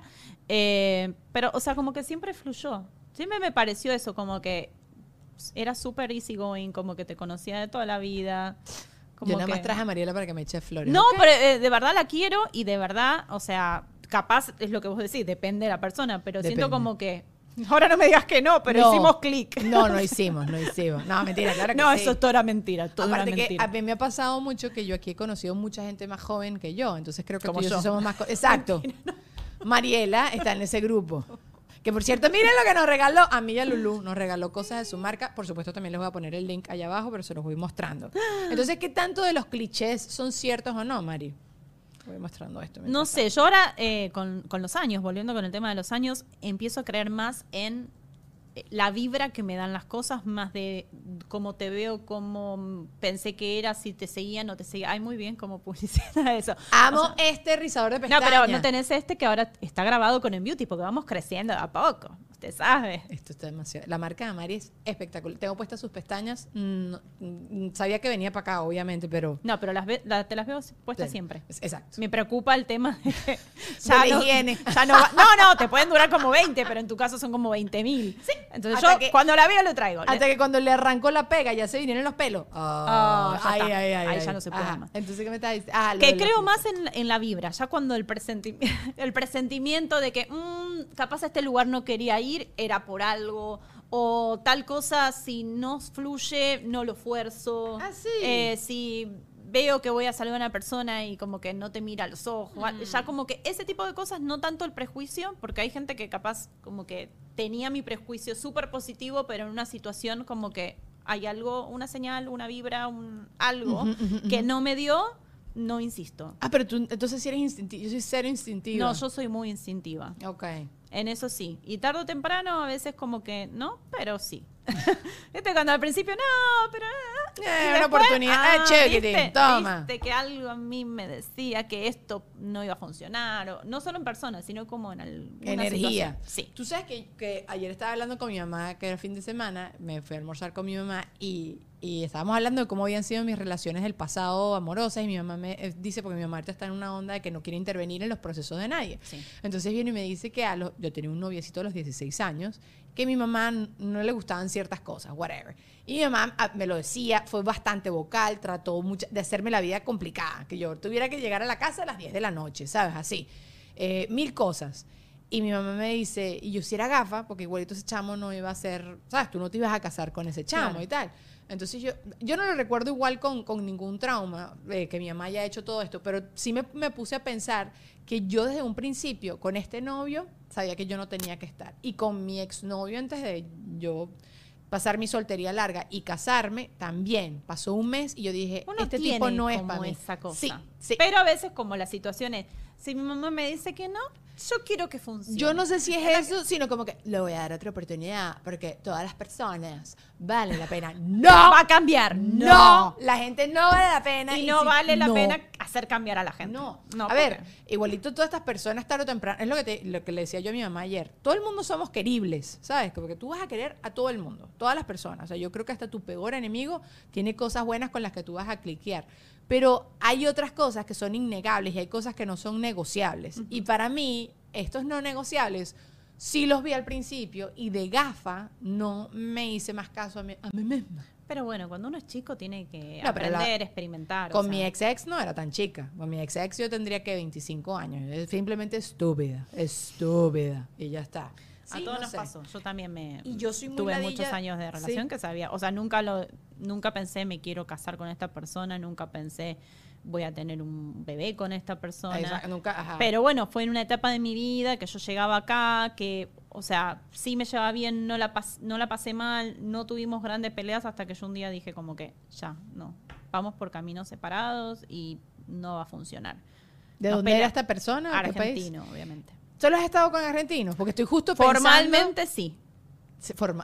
Eh, pero, o sea, como que siempre fluyó. Siempre me pareció eso, como que era súper easygoing, como que te conocía de toda la vida. Como Yo nada más que- traje a Mariela para que me eche flores. No, ¿ok? pero eh, de verdad la quiero y de verdad, o sea, capaz es lo que vos decís, depende de la persona, pero siento Depende. como que. Ahora no me digas que no, pero No. hicimos clic. No, no hicimos, no hicimos. No, mentira, claro que No, sí. eso es toda mentira, toda Aparte una que mentira. a mí me ha pasado mucho que yo aquí he conocido mucha gente más joven que yo, entonces creo que Como tú y yo, yo. sí somos más... co- Exacto. Mariela está en ese grupo. Que por cierto, miren lo que nos regaló. A mí y a Lulú nos regaló cosas de su marca. Por supuesto, también les voy a poner el link allá abajo, pero se los voy mostrando. Entonces, ¿qué tanto de los clichés son ciertos o no, Mari? Voy mostrando esto. No mientras sé, yo ahora eh, con, con los años, volviendo con el tema de los años, empiezo a creer más en eh, la vibra que me dan las cosas, más de cómo te veo, cómo pensé que era, si te seguía, no te seguía. Ay, muy bien, como publicidad eso. Amo O sea, este rizador de no, pestañas. pero no tenés este que ahora está grabado con En Beauty, porque vamos creciendo de a poco, usted sabe. Esto está demasiado. La marca de Mari es espectacular. Tengo puestas sus pestañas. Mm, mm, sabía que venía para acá, obviamente, pero. No, pero las ve- la- te las veo puestas Sí, siempre. es- Exacto. Me preocupa el tema de que De la no, higiene. ya no, va- no, no, te pueden durar como veinte, pero en tu caso son como veinte mil. Sí. Entonces Hasta yo que- cuando la veo lo traigo. Le- Hasta que cuando le arrancó la pega ya se vinieron los pelos. Ah, ya ay, está. ay, ay, Ahí ay. ya no se puede Ajá. más. Entonces, ¿qué me estás diciendo? Ah, lo que de los creo clichés. más en, en la vibra, ya cuando el, presenti- el presentimiento de que mm, capaz a este lugar no quería ir, era por algo, o tal cosa, si no fluye, no lo fuerzo. Ah, sí. Eh, si veo que voy a saludar a una persona y como que no te mira a los ojos, Mm. ya como que ese tipo de cosas, no tanto el prejuicio, porque hay gente que capaz como que tenía mi prejuicio súper positivo, pero en una situación como que hay algo, una señal, una vibra, un algo Ujú, ujú, que ujú. no me dio, no insisto. Ah, pero tú, entonces sí eres instintivo. Yo soy cero instintivo. No, yo soy muy instintiva. Ok. En eso sí. Y tarde o temprano, a veces como que no, pero sí. Viste cuando al principio no, pero. ah, Eh, y una después, oportunidad. ah, Eh, chiquitín, ¿viste? toma. Viste que algo a mí me decía que esto no iba a funcionar. O, no solo en persona, sino como en alguna Energía. situación. Sí. Tú sabes que, que ayer estaba hablando con mi mamá, que era fin de semana, me fui a almorzar con mi mamá y, y estábamos hablando de cómo habían sido mis relaciones del pasado amorosas y mi mamá me eh, dice, porque mi mamá ahorita está en una onda de que no quiere intervenir en los procesos de nadie. Sí. Entonces viene y me dice que a los, yo tenía un noviecito a los dieciséis años, que a mi mamá n- no le gustaban ciertas cosas, whatever. Y mi mamá ah, me lo decía, fue bastante vocal, trató mucho de hacerme la vida complicada, que yo tuviera que llegar a la casa a las diez de la noche, ¿sabes? Así. Eh, mil cosas. Y mi mamá me dice, y yo si era gafa, porque igualito ese chamo no iba a ser, ¿sabes? Tú no te ibas a casar con ese chamo Claro. y tal. Entonces yo, yo no lo recuerdo igual con, con ningún trauma, eh, que mi mamá haya hecho todo esto, pero sí me, me puse a pensar que yo desde un principio con este novio sabía que yo no tenía que estar. Y con mi exnovio antes de yo pasar mi soltería larga y casarme, también pasó un mes y yo dije, Uno este tiene tipo no es como para mí. esa cosa. Sí, sí. Pero a veces como la situación es, si mi mamá me dice que no, yo quiero que funcione. Yo no sé si es eso, sino como que le voy a dar otra oportunidad, porque todas las personas valen la pena. ¡No! Va a cambiar. ¡No! No. La gente no vale la pena. Y no si- vale la no. pena hacer cambiar a la gente. No. No, a porque- ver, igualito todas estas personas tarde o temprano, es lo que, te- lo que le decía yo a mi mamá ayer, todo el mundo somos queribles, ¿sabes? Porque tú vas a querer a todo el mundo, todas las personas. O sea, yo creo que hasta tu peor enemigo tiene cosas buenas con las que tú vas a cliquear. Pero hay otras cosas que son innegables y hay cosas que no son negociables. Y para mí, estos no negociables, sí los vi al principio y de gafa no me hice más caso a mí, a mí misma. Pero bueno, cuando uno es chico tiene que No, pero la- aprender, experimentar. o Con sea. mi ex ex no era tan chica. Con mi ex ex yo tendría que veinticinco años. Es simplemente estúpida. Estúpida. Y ya está. A Sí, todos no nos sé. pasó. Yo también me Y yo soy muy tuve ladilla. muchos años de relación Sí. que sabía, o sea, nunca lo nunca pensé me quiero casar con esta persona, nunca pensé voy a tener un bebé con esta persona. Esa- nunca, ajá. Pero bueno, fue en una etapa de mi vida que yo llegaba acá, que, o sea, sí me llevaba bien, no la, pas- no la pasé mal, no tuvimos grandes peleas hasta que yo un día dije como que ya, no, vamos por caminos separados y no va a funcionar. ¿De Nos dónde pelea- era esta persona? ¿De qué país? Argentino, obviamente. ¿Solo has estado con argentinos? Porque estoy justo pensando... Formalmente sí. Se forma...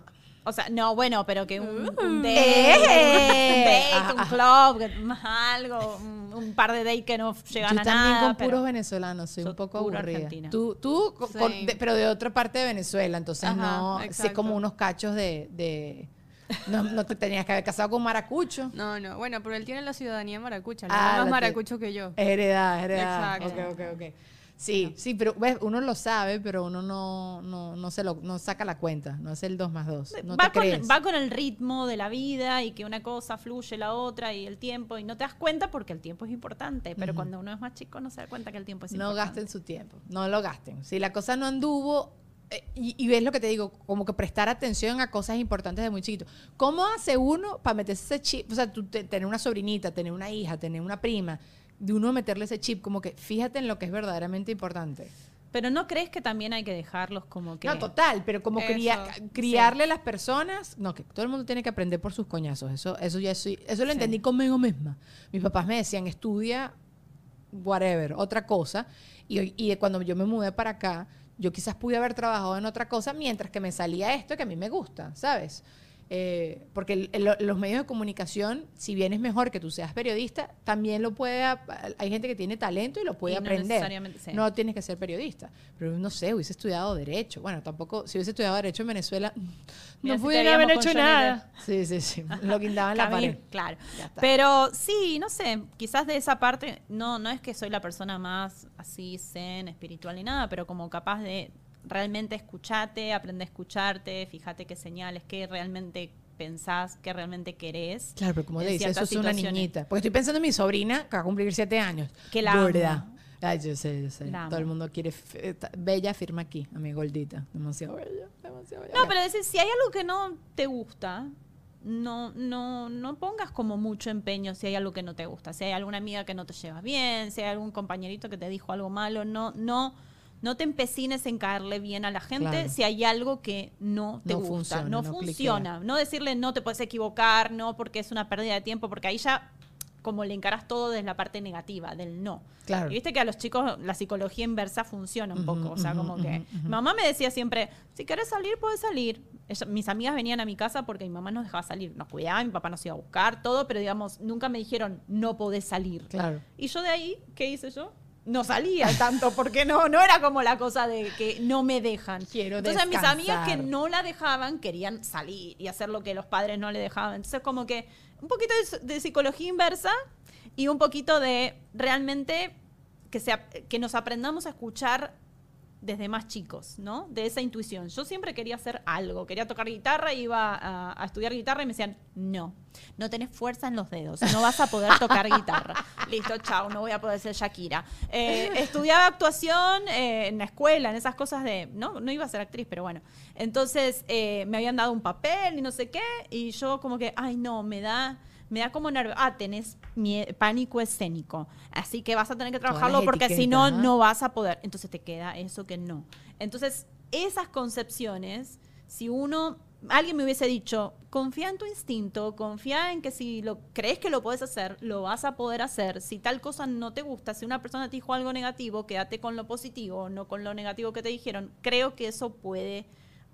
O sea, no, bueno, pero que un, un Eh. date, un, date, Ajá, un ajá. club, que- más algo, un, un par de dates que no llegan Yo a también nada. con pero- puros venezolanos, soy un sos poco puro aburrida. argentina. Tú, tú con- Sí. con- de- pero de otra parte de Venezuela, entonces Ajá, no, sí exacto. como unos cachos de, de no, no te tenías que haber casado con maracucho. No, no, bueno, pero él tiene la ciudadanía maracucha, le Ah, da más la ti- maracucho que yo. Es heredad, es heredad. Exacto. Ok, ok, ok. Sí, sí, pero ves, uno lo sabe, pero uno no, no, no se lo, no saca la cuenta, no hace el dos más dos. No va, te con, crees. va con el ritmo de la vida y que una cosa fluye la otra y el tiempo y no te das cuenta porque el tiempo es importante, pero cuando uno es más chico no se da cuenta que el tiempo es No importante. gasten su tiempo, no lo gasten. Si la cosa no anduvo, eh, y, y ves lo que te digo, como que prestar atención a cosas importantes de muy chiquito. ¿Cómo hace uno para meterse ese chip? O sea, tú te- tener una sobrinita, tener una hija, tener una prima, de uno meterle ese chip, como que fíjate en lo que es verdaderamente importante. Pero ¿no crees que también hay que dejarlos como que... No, total, pero como Eso, cría- criarle a las personas, no, que todo el mundo tiene que aprender por sus coñazos, eso, eso ya soy, eso lo Sí. entendí conmigo misma. Mis papás me decían, estudia whatever, otra cosa, y, hoy- y cuando yo me mudé para acá, yo quizás pude haber trabajado en otra cosa mientras que me salía esto que a mí me gusta, ¿sabes? Eh, porque el- el- los medios de comunicación, si bien es mejor que tú seas periodista, también lo puede, ap- hay gente que tiene talento y lo puede Y no aprender. necesariamente, sí. No tienes que ser periodista. Pero no sé, hubiese estudiado Derecho. Bueno, tampoco, si hubiese estudiado Derecho en Venezuela, Mira, no si te pudiera haber veíamos hecho con Johnny nada. Sí, sí, sí. Lo guindaba en la Camil, pared. claro. Ya está. Pero sí, no sé, quizás de esa parte, no, no es que soy la persona más así zen, espiritual ni nada, pero como capaz de realmente escucharte, aprender a escucharte, fíjate qué señales, qué realmente pensás, qué realmente querés. Claro, pero como en le dice, eso ciertas es una situaciones. niñita. Porque estoy pensando en mi sobrina, que va a cumplir siete años. Que la amo. Gorda. Ay, yo sé, yo sé. La Todo el amo. mundo quiere... f- eh, ta- Bella firma aquí, a mi gordita. Demasiado bella, demasiado bella. No, pero decir, si hay algo que no te gusta, no, no, no pongas como mucho empeño si hay algo que no te gusta. Si hay alguna amiga que no te llevas bien, si hay algún compañerito que te dijo algo malo, no, no, no te empecines en caerle bien a la gente Claro. si hay algo que no te No gusta. funciona, no no funciona. No decirle no te puedes equivocar, no porque es una pérdida de tiempo, porque ahí ya como le encaras todo desde la parte negativa, del no. Claro. Y viste que a los chicos la psicología inversa funciona un Ujú, poco. O sea, ujú, como que ujú, ujú. mamá me decía siempre, si querés salir, puedes salir. Ella- mis amigas venían a mi casa porque mi mamá nos dejaba salir. Nos cuidaba, mi papá nos iba a buscar, todo, pero digamos, nunca me dijeron, no podés salir. Claro. Y yo de ahí, ¿qué hice yo? No salía tanto, porque no, no era como la cosa de que no me dejan. Quiero Entonces mis amigas que descansar. no la dejaban querían salir y hacer lo que los padres no le dejaban. Entonces como que un poquito de, de psicología inversa y un poquito de realmente que, sea, que nos aprendamos a escuchar desde más chicos, ¿no? De esa intuición. Yo siempre quería hacer algo, quería tocar guitarra, iba a, a estudiar guitarra y me decían, no, no tenés fuerza en los dedos, no vas a poder tocar guitarra. Listo, chao, no voy a poder ser Shakira. Eh, estudiaba actuación eh, en la escuela, en esas cosas de, no, no iba a ser actriz, pero bueno. Entonces eh, me habían dado un papel y no sé qué, y yo como que, ay no, me da... Me da como nervio. Ah, tenés mie- pánico escénico. Así que vas a tener que Todas trabajarlo las porque si no, etiquetas, ¿ah? no vas a poder. Entonces te queda eso que no. Entonces, esas concepciones, si uno, alguien me hubiese dicho, confía en tu instinto, confía en que si lo crees que lo puedes hacer, lo vas a poder hacer. Si tal cosa no te gusta, si una persona te dijo algo negativo, quédate con lo positivo, no con lo negativo que te dijeron. Creo que eso puede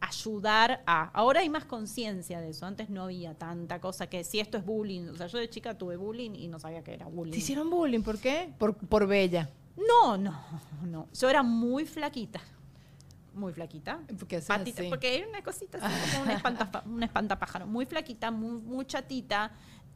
ayudar a... Ahora hay más conciencia de eso. Antes no había tanta cosa que si esto es bullying. O sea, yo de chica tuve bullying y no sabía que era bullying. ¿Te hicieron bullying? ¿Por qué? Por, por bella. No, no, no. Yo era muy flaquita. Muy flaquita. Porque haces Patita, así. porque era una cosita así, como un, espantapa- un espantapájaro. Muy flaquita, muy, muy chatita.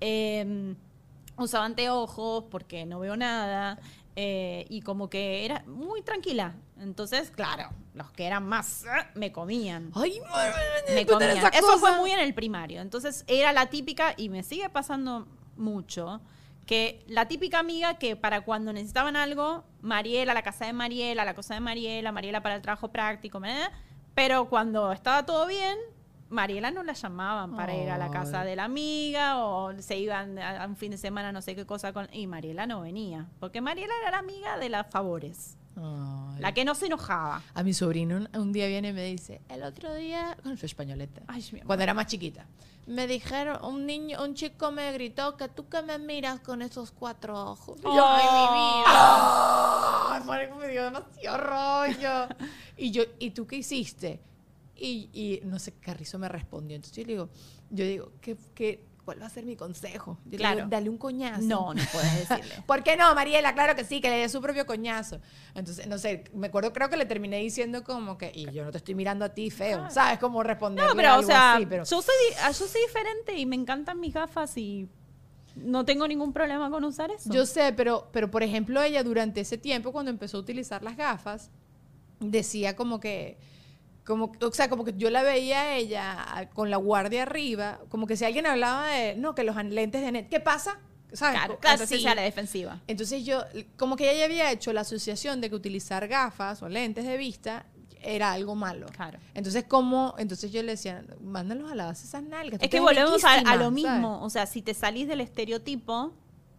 Eh, usaba anteojos porque no veo nada. eh, y como que era muy tranquila. Entonces, claro, los que eran más eh, me comían. Ay, Me tú tenés comían. esa Eso fue cosa. muy en el primario. Entonces era la típica, y me sigue pasando mucho, que la típica amiga que para cuando necesitaban algo, Mariela, la casa de Mariela, la cosa de Mariela, Mariela para el trabajo práctico, ¿eh? Pero cuando estaba todo bien, Mariela no la llamaban para ir a la casa Ay. de la amiga o se iban a a un fin de semana no sé qué cosa con... Y Mariela no venía, porque Mariela era la amiga de las favores, Ay. la que no se enojaba. A mi sobrino un, un día viene y me dice, el otro día, con su españoleta, Ay, mi amor. cuando era más chiquita, me dijeron, un niño, un chico me gritó que tú que me miras con esos cuatro ojos. Y yo, Ay, mi vida. Ay, marico, me dio demasiado rollo. Y yo, ¿y tú qué hiciste? y, y no sé, Carrizo me respondió. Entonces yo le digo, yo digo, ¿qué, qué, ¿cuál va a ser mi consejo? Yo Claro. le digo, dale un coñazo. No, no puedes decirle. ¿Por qué no, Mariela? Claro que sí, que le dé su propio coñazo. Entonces, no sé, me acuerdo, creo que le terminé diciendo como que, y yo no te estoy mirando a ti feo, ¿sabes? Como responder No, pero, o algo sea, así, pero... yo, soy, di- ah, yo soy diferente y me encantan mis gafas y no tengo ningún problema con usar eso. Yo sé, pero, pero por ejemplo, ella durante ese tiempo, cuando empezó a utilizar las gafas, decía como que, como, o sea, como que yo la veía a ella con la guardia arriba, como que si alguien hablaba de, no, que los lentes de net, ¿qué pasa? ¿Sabes? Claro, claro, Así. entonces a la defensiva. Entonces yo, como que ella ya había hecho la asociación de que utilizar gafas o lentes de vista era algo malo. Claro. Entonces, ¿cómo? Entonces yo le decía, mándalos a lavarse esas nalgas. tú Es que te ves volvemos a, a riquísima", lo mismo. ¿sabes? O sea, si te salís del estereotipo,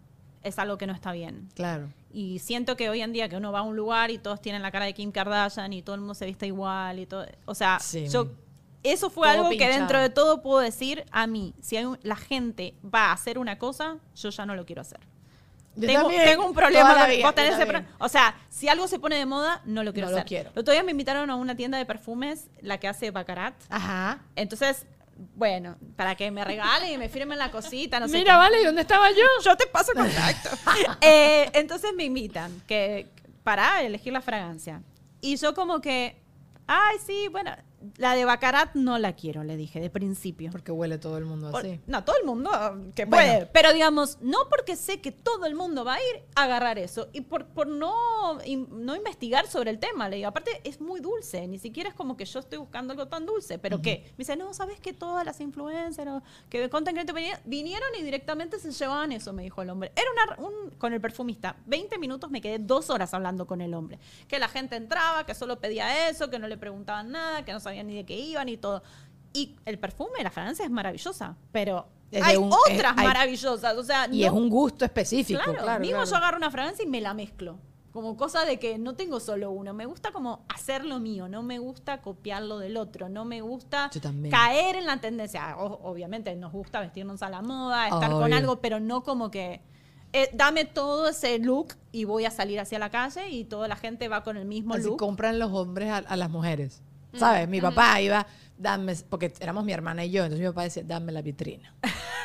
es algo que no está bien. Claro. Y siento que hoy en día que uno va a un lugar y todos tienen la cara de Kim Kardashian y todo el mundo se viste igual y todo. O sea, Sí. yo eso fue Todo algo que pinchado. dentro de todo puedo decir a mí. Si hay un- la gente va a hacer una cosa, yo ya no lo quiero hacer. Yo Tengo, también, tengo un problema toda la con vida, vos tenés yo ese también. pro- O sea, si algo se pone de moda, no lo quiero No lo hacer. quiero. El otro día me invitaron a una tienda de perfumes, la que hace Baccarat. Ajá. Entonces, bueno, para que me regalen y me firmen la cosita, no sé. Mira, qué. vale, ¿y dónde estaba yo? Yo te paso contacto. Eh, entonces me invitan que, para elegir la fragancia. Y yo como que, ay, sí, bueno, la de Baccarat no la quiero, le dije, de principio. Porque huele todo el mundo Por- así. No, todo el mundo que Bueno. puede. Pero digamos, no porque sé que todo el mundo va a ir a agarrar eso. Y por, por no, in- no investigar sobre el tema. Le digo, aparte es muy dulce. Ni siquiera es como que yo estoy buscando algo tan dulce. ¿Pero qué? Me dice, no, ¿sabes que todas las influencers o que de content creator venían- vinieron y directamente se llevaban eso? Me dijo el hombre. Era una, un, con el perfumista. veinte minutos me quedé dos horas hablando con el hombre. Que la gente entraba, que solo pedía eso, que no le preguntaban nada, que no sabían ni de qué iban y todo. Y el perfume, la fragancia es maravillosa, pero Es de hay un- otras es- hay- maravillosas. O sea, Y no- es un gusto específico, claro, claro. mismo claro. yo agarro una fragancia y me la mezclo. Como cosa de que no tengo solo uno. Me gusta como hacer lo mío. No me gusta copiar lo del otro. No me gusta Yo también. caer en la tendencia. O- obviamente nos gusta vestirnos a la moda, estar con Obvio. algo, pero no como que eh, dame todo ese look y voy a salir hacia la calle y toda la gente va con el mismo Así look. compran los hombres a, a las mujeres. ¿Sabes? Mi papá iba, dame, porque éramos mi hermana y yo, entonces mi papá decía, dame la vitrina.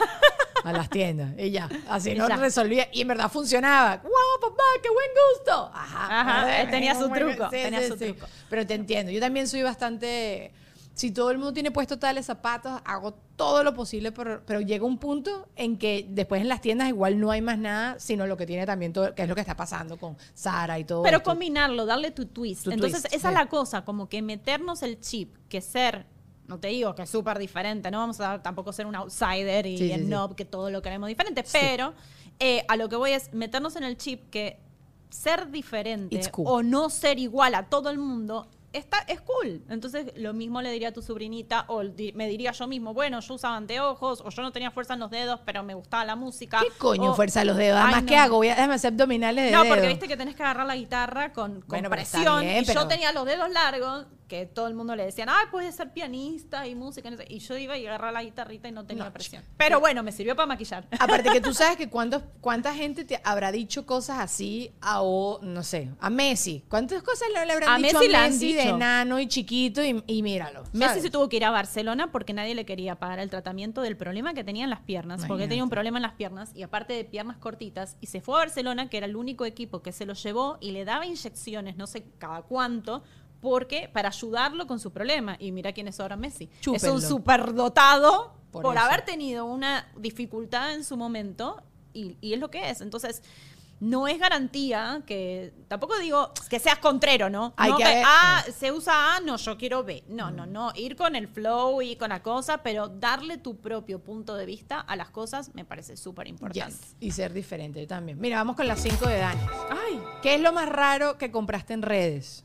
A las tiendas. Y ya, así Y no ya. resolvía. Y en verdad funcionaba. ¡Wow, papá, qué buen gusto! Ajá. Ajá, él tenía Muy su buen- truco, tenía su truco. Pero te entiendo. Yo también soy bastante... Si todo el mundo tiene puesto tales zapatos, hago todo lo posible, pero, pero llega un punto en que después en las tiendas igual no hay más nada, sino lo que tiene también todo, que es lo que está pasando con Sara y todo Pero esto. combinarlo, darle tu twist. Tu Entonces, twist, esa sí. es la cosa, como que meternos el chip, que ser, no te digo que es súper diferente, no vamos a tampoco ser un outsider y Sí, sí, snob, que todo lo queremos diferente, pero eh, a lo que voy es meternos en el chip que ser diferente It's cool. o no ser igual a todo el mundo está, es cool. Entonces, lo mismo le diría a tu sobrinita, o di- me diría yo mismo, bueno, yo usaba anteojos, o yo no tenía fuerza en los dedos, pero me gustaba la música. ¿Qué coño o- fuerza de los dedos? Ay, Además, no. ¿qué hago? Voy a, déjame hacer abdominales de No, dedo. porque viste que tenés que agarrar la guitarra con, con Bueno, pero está presión. bien, y pero- yo tenía los dedos largos, que todo el mundo le decían, ay, puedes ser pianista y música. no sé. Y yo iba y agarraba la guitarrita y no tenía No, presión. Pero bueno, me sirvió para maquillar. Aparte que tú sabes que cuántos, cuánta gente te habrá dicho cosas así a, o, no sé, a Messi. ¿Cuántas cosas le, le habrán A dicho Messi le a han Messi de dicho. enano y chiquito y, y míralo? Messi ¿sabes? se tuvo que ir a Barcelona porque nadie le quería pagar el tratamiento del problema que tenía en las piernas, porque Imagínate. tenía un problema en las piernas y aparte de piernas cortitas, y se fue a Barcelona, que era el único equipo que se lo llevó y le daba inyecciones, no sé cada cuánto, porque para ayudarlo con su problema. Y mira quién es ahora Messi. Es Chúpenlo. un superdotado Por por, eso. haber tenido una dificultad en su momento y, y es lo que es. Entonces, no es garantía que, tampoco digo que seas contrero, ¿no? Hay no que que, ver- ah, se usa A, no, yo quiero B. No, no, no, ir con el flow y con la cosa, pero darle tu propio punto de vista a las cosas me parece súper importante. Yes, y ser diferente, yo también. Mira, vamos con las cinco de Dani. Ay, ¿Qué es lo más raro que compraste en redes?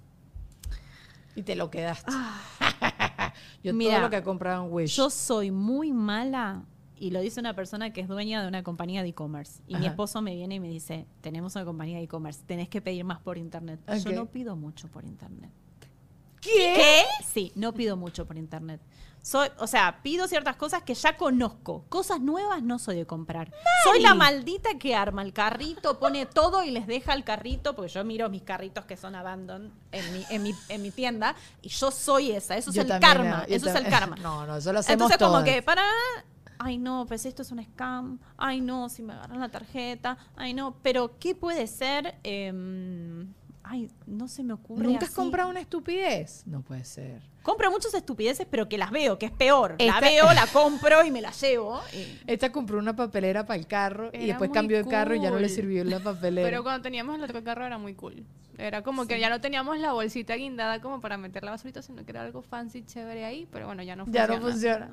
Y te lo quedaste. Yo Mira, todo lo que he comprado en Wish. yo soy muy mala, y lo dice una persona que es dueña de una compañía de e-commerce. Y mi Ajá. esposo me viene y me dice, tenemos una compañía de e-commerce, tenés que pedir más por internet. Ok. Yo no pido mucho por internet. ¿Qué? ¿Qué? Sí, no pido mucho por internet. Soy, o sea, pido ciertas cosas que ya conozco. Cosas nuevas no soy de comprar. Mari. Soy la maldita que arma el carrito, pone todo y les deja el carrito, porque yo miro mis carritos que son abandon en mi, en mi, en mi tienda, y yo soy esa. Eso Yo es el también, karma. no, yo Eso es tam- el karma. No, no, eso lo hacemos Entonces, como todas. que, para... Ay, no, pues esto es un scam. Ay, no, si me agarran la tarjeta. Ay, no, pero ¿qué puede ser? Eh, ay, no se me ocurre. ¿Nunca has así. comprado una estupidez? No puede ser. Compro muchas estupideces, pero que las veo, que es peor. Esta- La veo, la compro y me la llevo. y- Esta compró una papelera para el carro y Era después muy cambió de carro y ya no le cool. sirvió la papelera. Pero cuando teníamos el otro carro era muy cool. Era como que ya no teníamos la bolsita guindada como para meter la basurita, sino que era algo fancy, chévere ahí, pero bueno, ya no ya funciona. no funciona.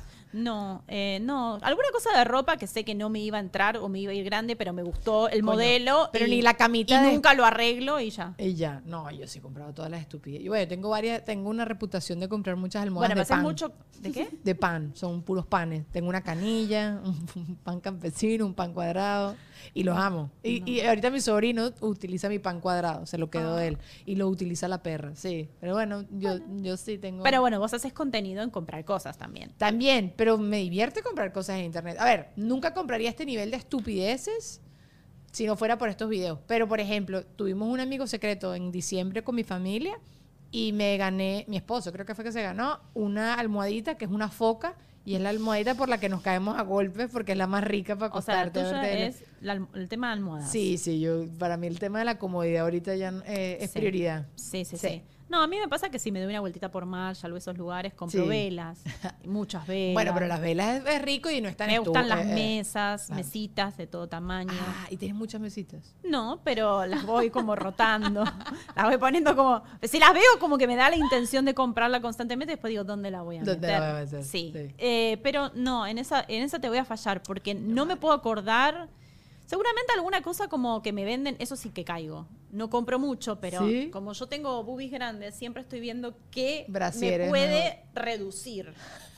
No, eh, no. Alguna cosa de ropa que sé que no me iba a entrar o me iba a ir grande, pero me gustó el Coño, modelo. pero y- ni la camita Y de- nunca lo arreglo y ya. Y ya, no, yo sí he comprado todas las estupideces. Y bueno, tengo varias, tengo una reputación de comprar muchas almohadas Bueno, me de haces pan. mucho... ¿De qué? De pan, son puros panes. Tengo una canilla, un, un pan campesino, un pan cuadrado y los amo. Y, y ahorita mi sobrino utiliza mi pan cuadrado, se lo quedó Ah. él y lo utiliza la perra, sí. Pero bueno, yo, yo sí tengo. Pero bueno, vos haces contenido en comprar cosas también. También, pero me divierte comprar cosas en internet. A ver, nunca compraría este nivel de estupideces si no fuera por estos videos. Pero, por ejemplo, tuvimos un amigo secreto en diciembre con mi familia y me gané, mi esposo creo que fue que se ganó, una almohadita que es una foca y es la almohadita por la que nos caemos a golpes porque es la más rica para O sea, la acostarte. tuya verte. es la alm- el tema de almohadas. Sí, sí, yo, para mí el tema de la comodidad ahorita ya eh, es Sí. prioridad. Sí, sí, Sí. sí. No, a mí me pasa que si me doy una vueltita por Marshall o esos lugares, compro Sí. velas, muchas velas. Bueno, pero las velas es, es rico y no es tan Me gustan estu- las eh, eh. mesas, claro. mesitas de todo tamaño. Ah, y tienes muchas mesitas. No, pero las voy como rotando. Las voy poniendo como... Si las veo como que me da la intención de comprarla constantemente, después digo, ¿dónde la voy a ¿Dónde meter? la voy a meter? Sí. Sí. Eh, pero no, en esa, en esa te voy a fallar porque no me puedo acordar... Seguramente alguna cosa como que me venden, eso sí que caigo. No compro mucho, pero ¿Sí? como yo tengo boobies grandes, siempre estoy viendo qué Brasieres, me puede reducir.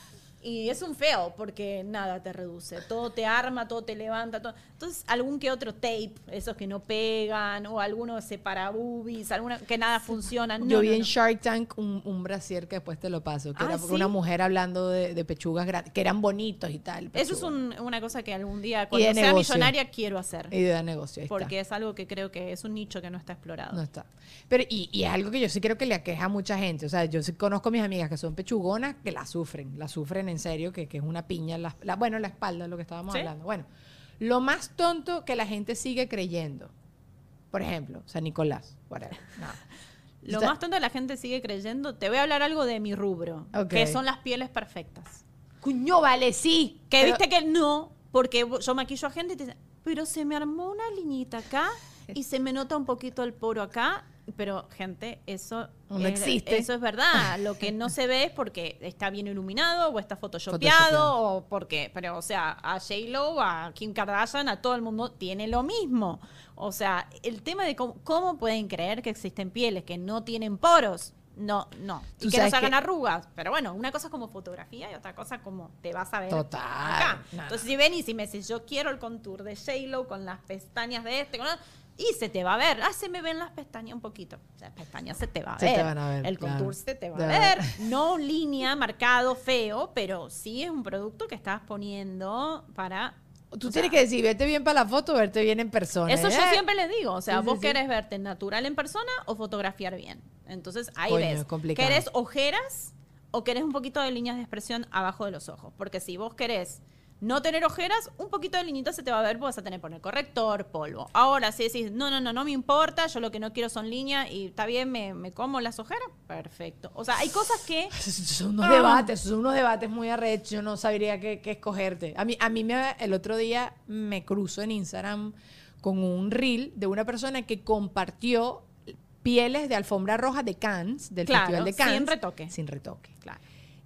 Y es un feo, porque nada te reduce. Todo te arma, todo te levanta. Todo. Entonces, algún que otro tape, esos que no pegan, o alguno separa boobies, alguna que nada funciona. No, Yo vi no, en no. Shark Tank un, un brasier que después te lo paso, que Ah, era ¿sí? una mujer hablando de, de pechugas grandes, que eran bonitos y tal. Eso es pechugas. un- una cosa que algún día, Y cuando de sea negocio. millonaria, quiero hacer. Idea de negocio, ahí está. Porque es algo que creo que es un nicho que no está explorado. No está. Pero, y, y es algo que yo sí creo que le aqueja a mucha gente. O sea, yo sí conozco a mis amigas que son pechugonas que la sufren, la sufren en serio, que, que es una piña, en la, la- bueno, en la espalda, lo que estábamos ¿Sí? hablando. Bueno, lo más tonto que la gente sigue creyendo. Por ejemplo, San Nicolás, whatever. No. Lo O sea, más tonto de la gente sigue creyendo. Te voy a hablar algo de mi rubro, Ok. que son las pieles perfectas. Cuño, vale, sí. Que Pero- viste que no, porque yo maquillo a gente y te dicen, pero se me armó una liñita acá y se me nota un poquito el poro acá. Pero, gente, eso No es, existe. Eso es verdad. Lo que no se ve es porque está bien iluminado o está photoshopeado Photoshopeado. o porque, pero, o sea, a J-Lo, a Kim Kardashian, a todo el mundo tiene lo mismo. O sea, el tema de cómo, cómo pueden creer que existen pieles que no tienen poros. No, no. Tú Y que no sabes se hagan que- arrugas. Pero bueno, una cosa es como fotografía y otra cosa como te vas a ver Total. acá. No, Entonces, si ven y si me decís, yo quiero el contour de J-Lo con las pestañas de este, con la- y se te va a ver. Ah, se me ven las pestañas un poquito. Las pestañas se te va a Se ver. te van a ver, El claro. contour se te va Te a va a ver. ver. No línea, marcado, feo, pero sí es un producto que estás poniendo para... Tú o tienes sea, que decir, verte bien para la foto, verte bien en persona. eso yo ¿eh? siempre les digo. O sea, Sí, sí, vos sí. querés verte natural en persona o fotografiar bien. Entonces, ahí Coño, ves. es complicado. ¿Querés ojeras o querés un poquito de líneas de expresión abajo de los ojos? Porque si vos querés no tener ojeras, un poquito de liñita se te va a ver, vas a tener que poner corrector, polvo. Ahora, si decís, no, no, no, no me importa, yo lo que no quiero son líneas y está bien, me, me como las ojeras, perfecto. O sea, hay cosas que... Son unos Ah. debates, son unos debates muy arrechos. Yo no sabría qué, qué escogerte. A mí, a mí me, el otro día me cruzo en Instagram con un reel de una persona que compartió pieles de alfombra roja de Cannes, del Claro, Festival de Cannes. sin retoque. Sin retoque. Claro.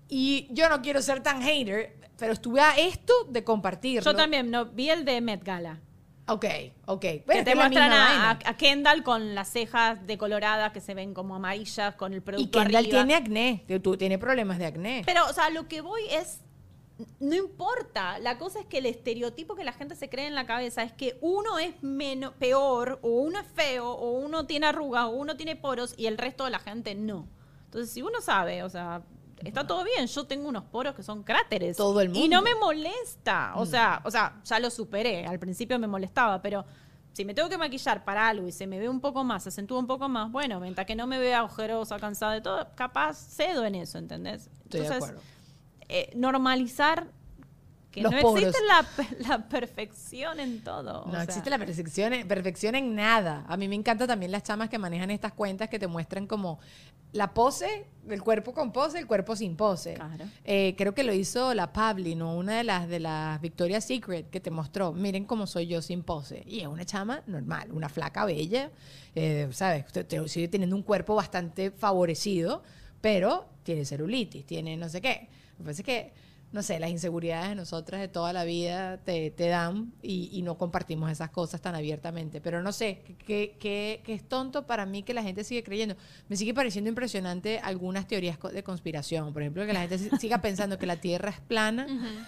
Y yo no quiero ser tan hater, pero estuve a esto de compartirlo. Yo también, no, vi el de Met Gala. Ok, ok. Que Bueno, te es la muestran misma a, vaina. a- a Kendall con las cejas decoloradas que se ven como amarillas, con el producto Y Kendall arriba. tiene acné. Tú tiene problemas de acné. Pero, o sea, lo que voy es... No importa. La cosa es que el estereotipo que la gente se cree en la cabeza es que uno es menos, peor, o uno es feo, o uno tiene arrugas, o uno tiene poros, y el resto de la gente no. Entonces, si uno sabe, o sea, está todo bien, yo tengo unos poros que son cráteres. Todo el mundo. Y no me molesta. O sea, o sea, ya lo superé. Al principio me molestaba, pero si me tengo que maquillar para algo y se me ve un poco más, se acentúa un poco más, bueno, mientras que no me vea ojerosa, cansada de todo, capaz cedo en eso, ¿entendés? Estoy de Entonces, acuerdo. eh, normalizar que Los no poros. existe la, la perfección en todo. No o sea, existe la perfección, perfección en nada. A mí me encantan también las chamas que manejan estas cuentas que te muestran como la pose, el cuerpo con pose, el cuerpo sin pose. Claro. Eh, creo que lo hizo la Pabli, ¿no? Una de las de las Victoria's Secret que te mostró, miren cómo soy yo sin pose. Y es una chama normal, una flaca bella, eh, ¿sabes? Te- te- sigue teniendo un cuerpo bastante favorecido, pero tiene celulitis, tiene no sé qué. Me parece que no sé, las inseguridades de nosotras de toda la vida te, te dan y, y no compartimos esas cosas tan abiertamente. Pero no sé, que, que, que es tonto para mí que la gente sigue creyendo. Me sigue pareciendo impresionante algunas teorías co- de conspiración. Por ejemplo, que la gente si- siga pensando que la Tierra es plana.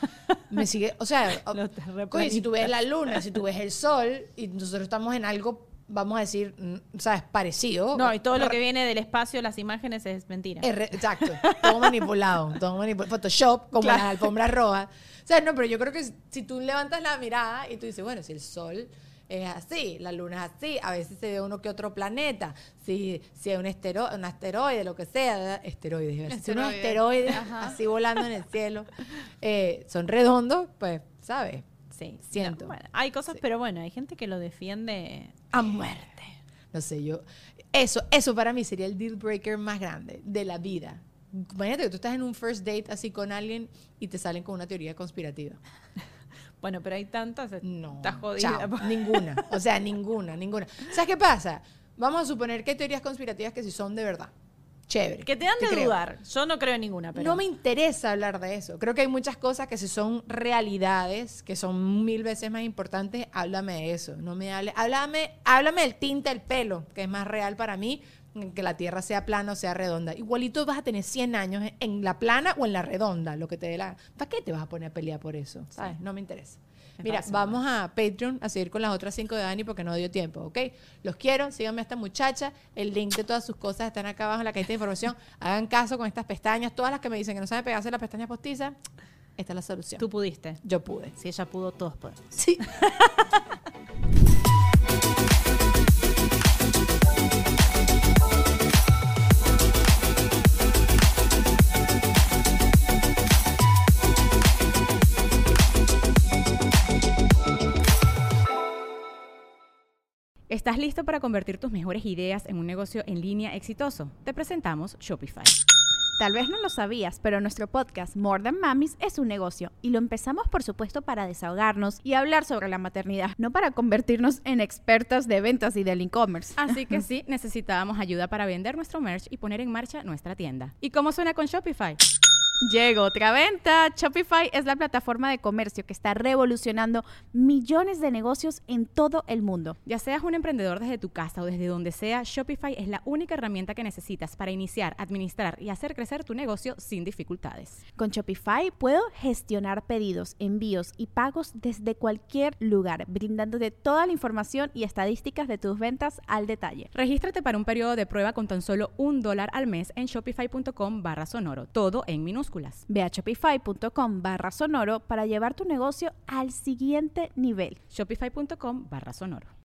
Me sigue, o sea, Los coño, si tú ves la luna, si tú ves el sol y nosotros estamos en algo, vamos a decir, mm, ¿sabes? Parecido. No, y todo lo que viene del espacio, las imágenes, es mentira. Es re- exacto, todo manipulado, todo manipulado. Photoshop, como Claro. las alfombras rojas. O sea, no, pero yo creo que si- si tú levantas la mirada y tú dices, bueno, si el sol es así, la luna es así, a veces se ve uno que otro planeta, si, si hay un, estero, un asteroide, lo que sea, ¿verdad? esteroides, ¿verdad? Si unos Esteroides. esteroides así volando en el cielo eh, son redondos, pues, ¿sabes? Sí, Siento. no, bueno, hay cosas, Sí. pero bueno, hay gente que lo defiende. A muerte. No sé, yo... Eso, eso para mí sería el deal breaker más grande de la vida. Imagínate que tú estás en un first date así con alguien y te salen con una teoría conspirativa. Bueno, pero hay tantas, No. está jodida. chao, ninguna. O sea, ninguna, ninguna. ¿Sabes qué pasa? Vamos a suponer que hay teorías conspirativas que sí son de verdad. Chévere. Que te dan Te de creo. dudar. Yo no creo en ninguna, pero No me interesa hablar de eso. Creo que hay muchas cosas que si son realidades, que son mil veces más importantes, háblame de eso. No me hable, háblame, háblame del tinte del pelo, que es más real para mí, que la Tierra sea plana o sea redonda. Igualito vas a tener cien años en la plana o en la redonda, lo que te dé la... ¿Para qué te vas a poner a pelear por eso? ¿Sabes? No me interesa. Me Mira, parece vamos a Patreon a seguir con las otras cinco de Dani porque no dio tiempo, ¿ok? Los quiero, síganme a esta muchacha. El link de todas sus cosas están acá abajo en la cajita de información. Hagan caso con estas pestañas. Todas las que me dicen que no saben pegarse las pestañas postizas, esta es la solución. tú pudiste. Yo pude. Si ella pudo, todos podemos. Sí. ¿Estás listo para convertir tus mejores ideas en un negocio en línea exitoso? Te presentamos Shopify. Tal vez no lo sabías, pero nuestro podcast More Than Mamis es un negocio y lo empezamos por supuesto para desahogarnos y hablar sobre la maternidad, no para convertirnos en expertas de ventas y del e-commerce. Así que sí, necesitábamos ayuda para vender nuestro merch y poner en marcha nuestra tienda. ¿Y cómo suena con Shopify? Llegó otra venta. Shopify es la plataforma de comercio que está revolucionando millones de negocios en todo el mundo. Ya seas un emprendedor desde tu casa o desde donde sea, Shopify es la única herramienta que necesitas para iniciar, administrar y hacer crecer tu negocio sin dificultades. Con Shopify puedo gestionar pedidos, envíos y pagos desde cualquier lugar, brindándote toda la información y estadísticas de tus ventas al detalle. Regístrate para un periodo de prueba con tan solo un dólar al mes en shopify.com barra sonoro, todo en minúsculas. Ve a shopify.com barra sonoro para llevar tu negocio al siguiente nivel. Shopify.com barra sonoro.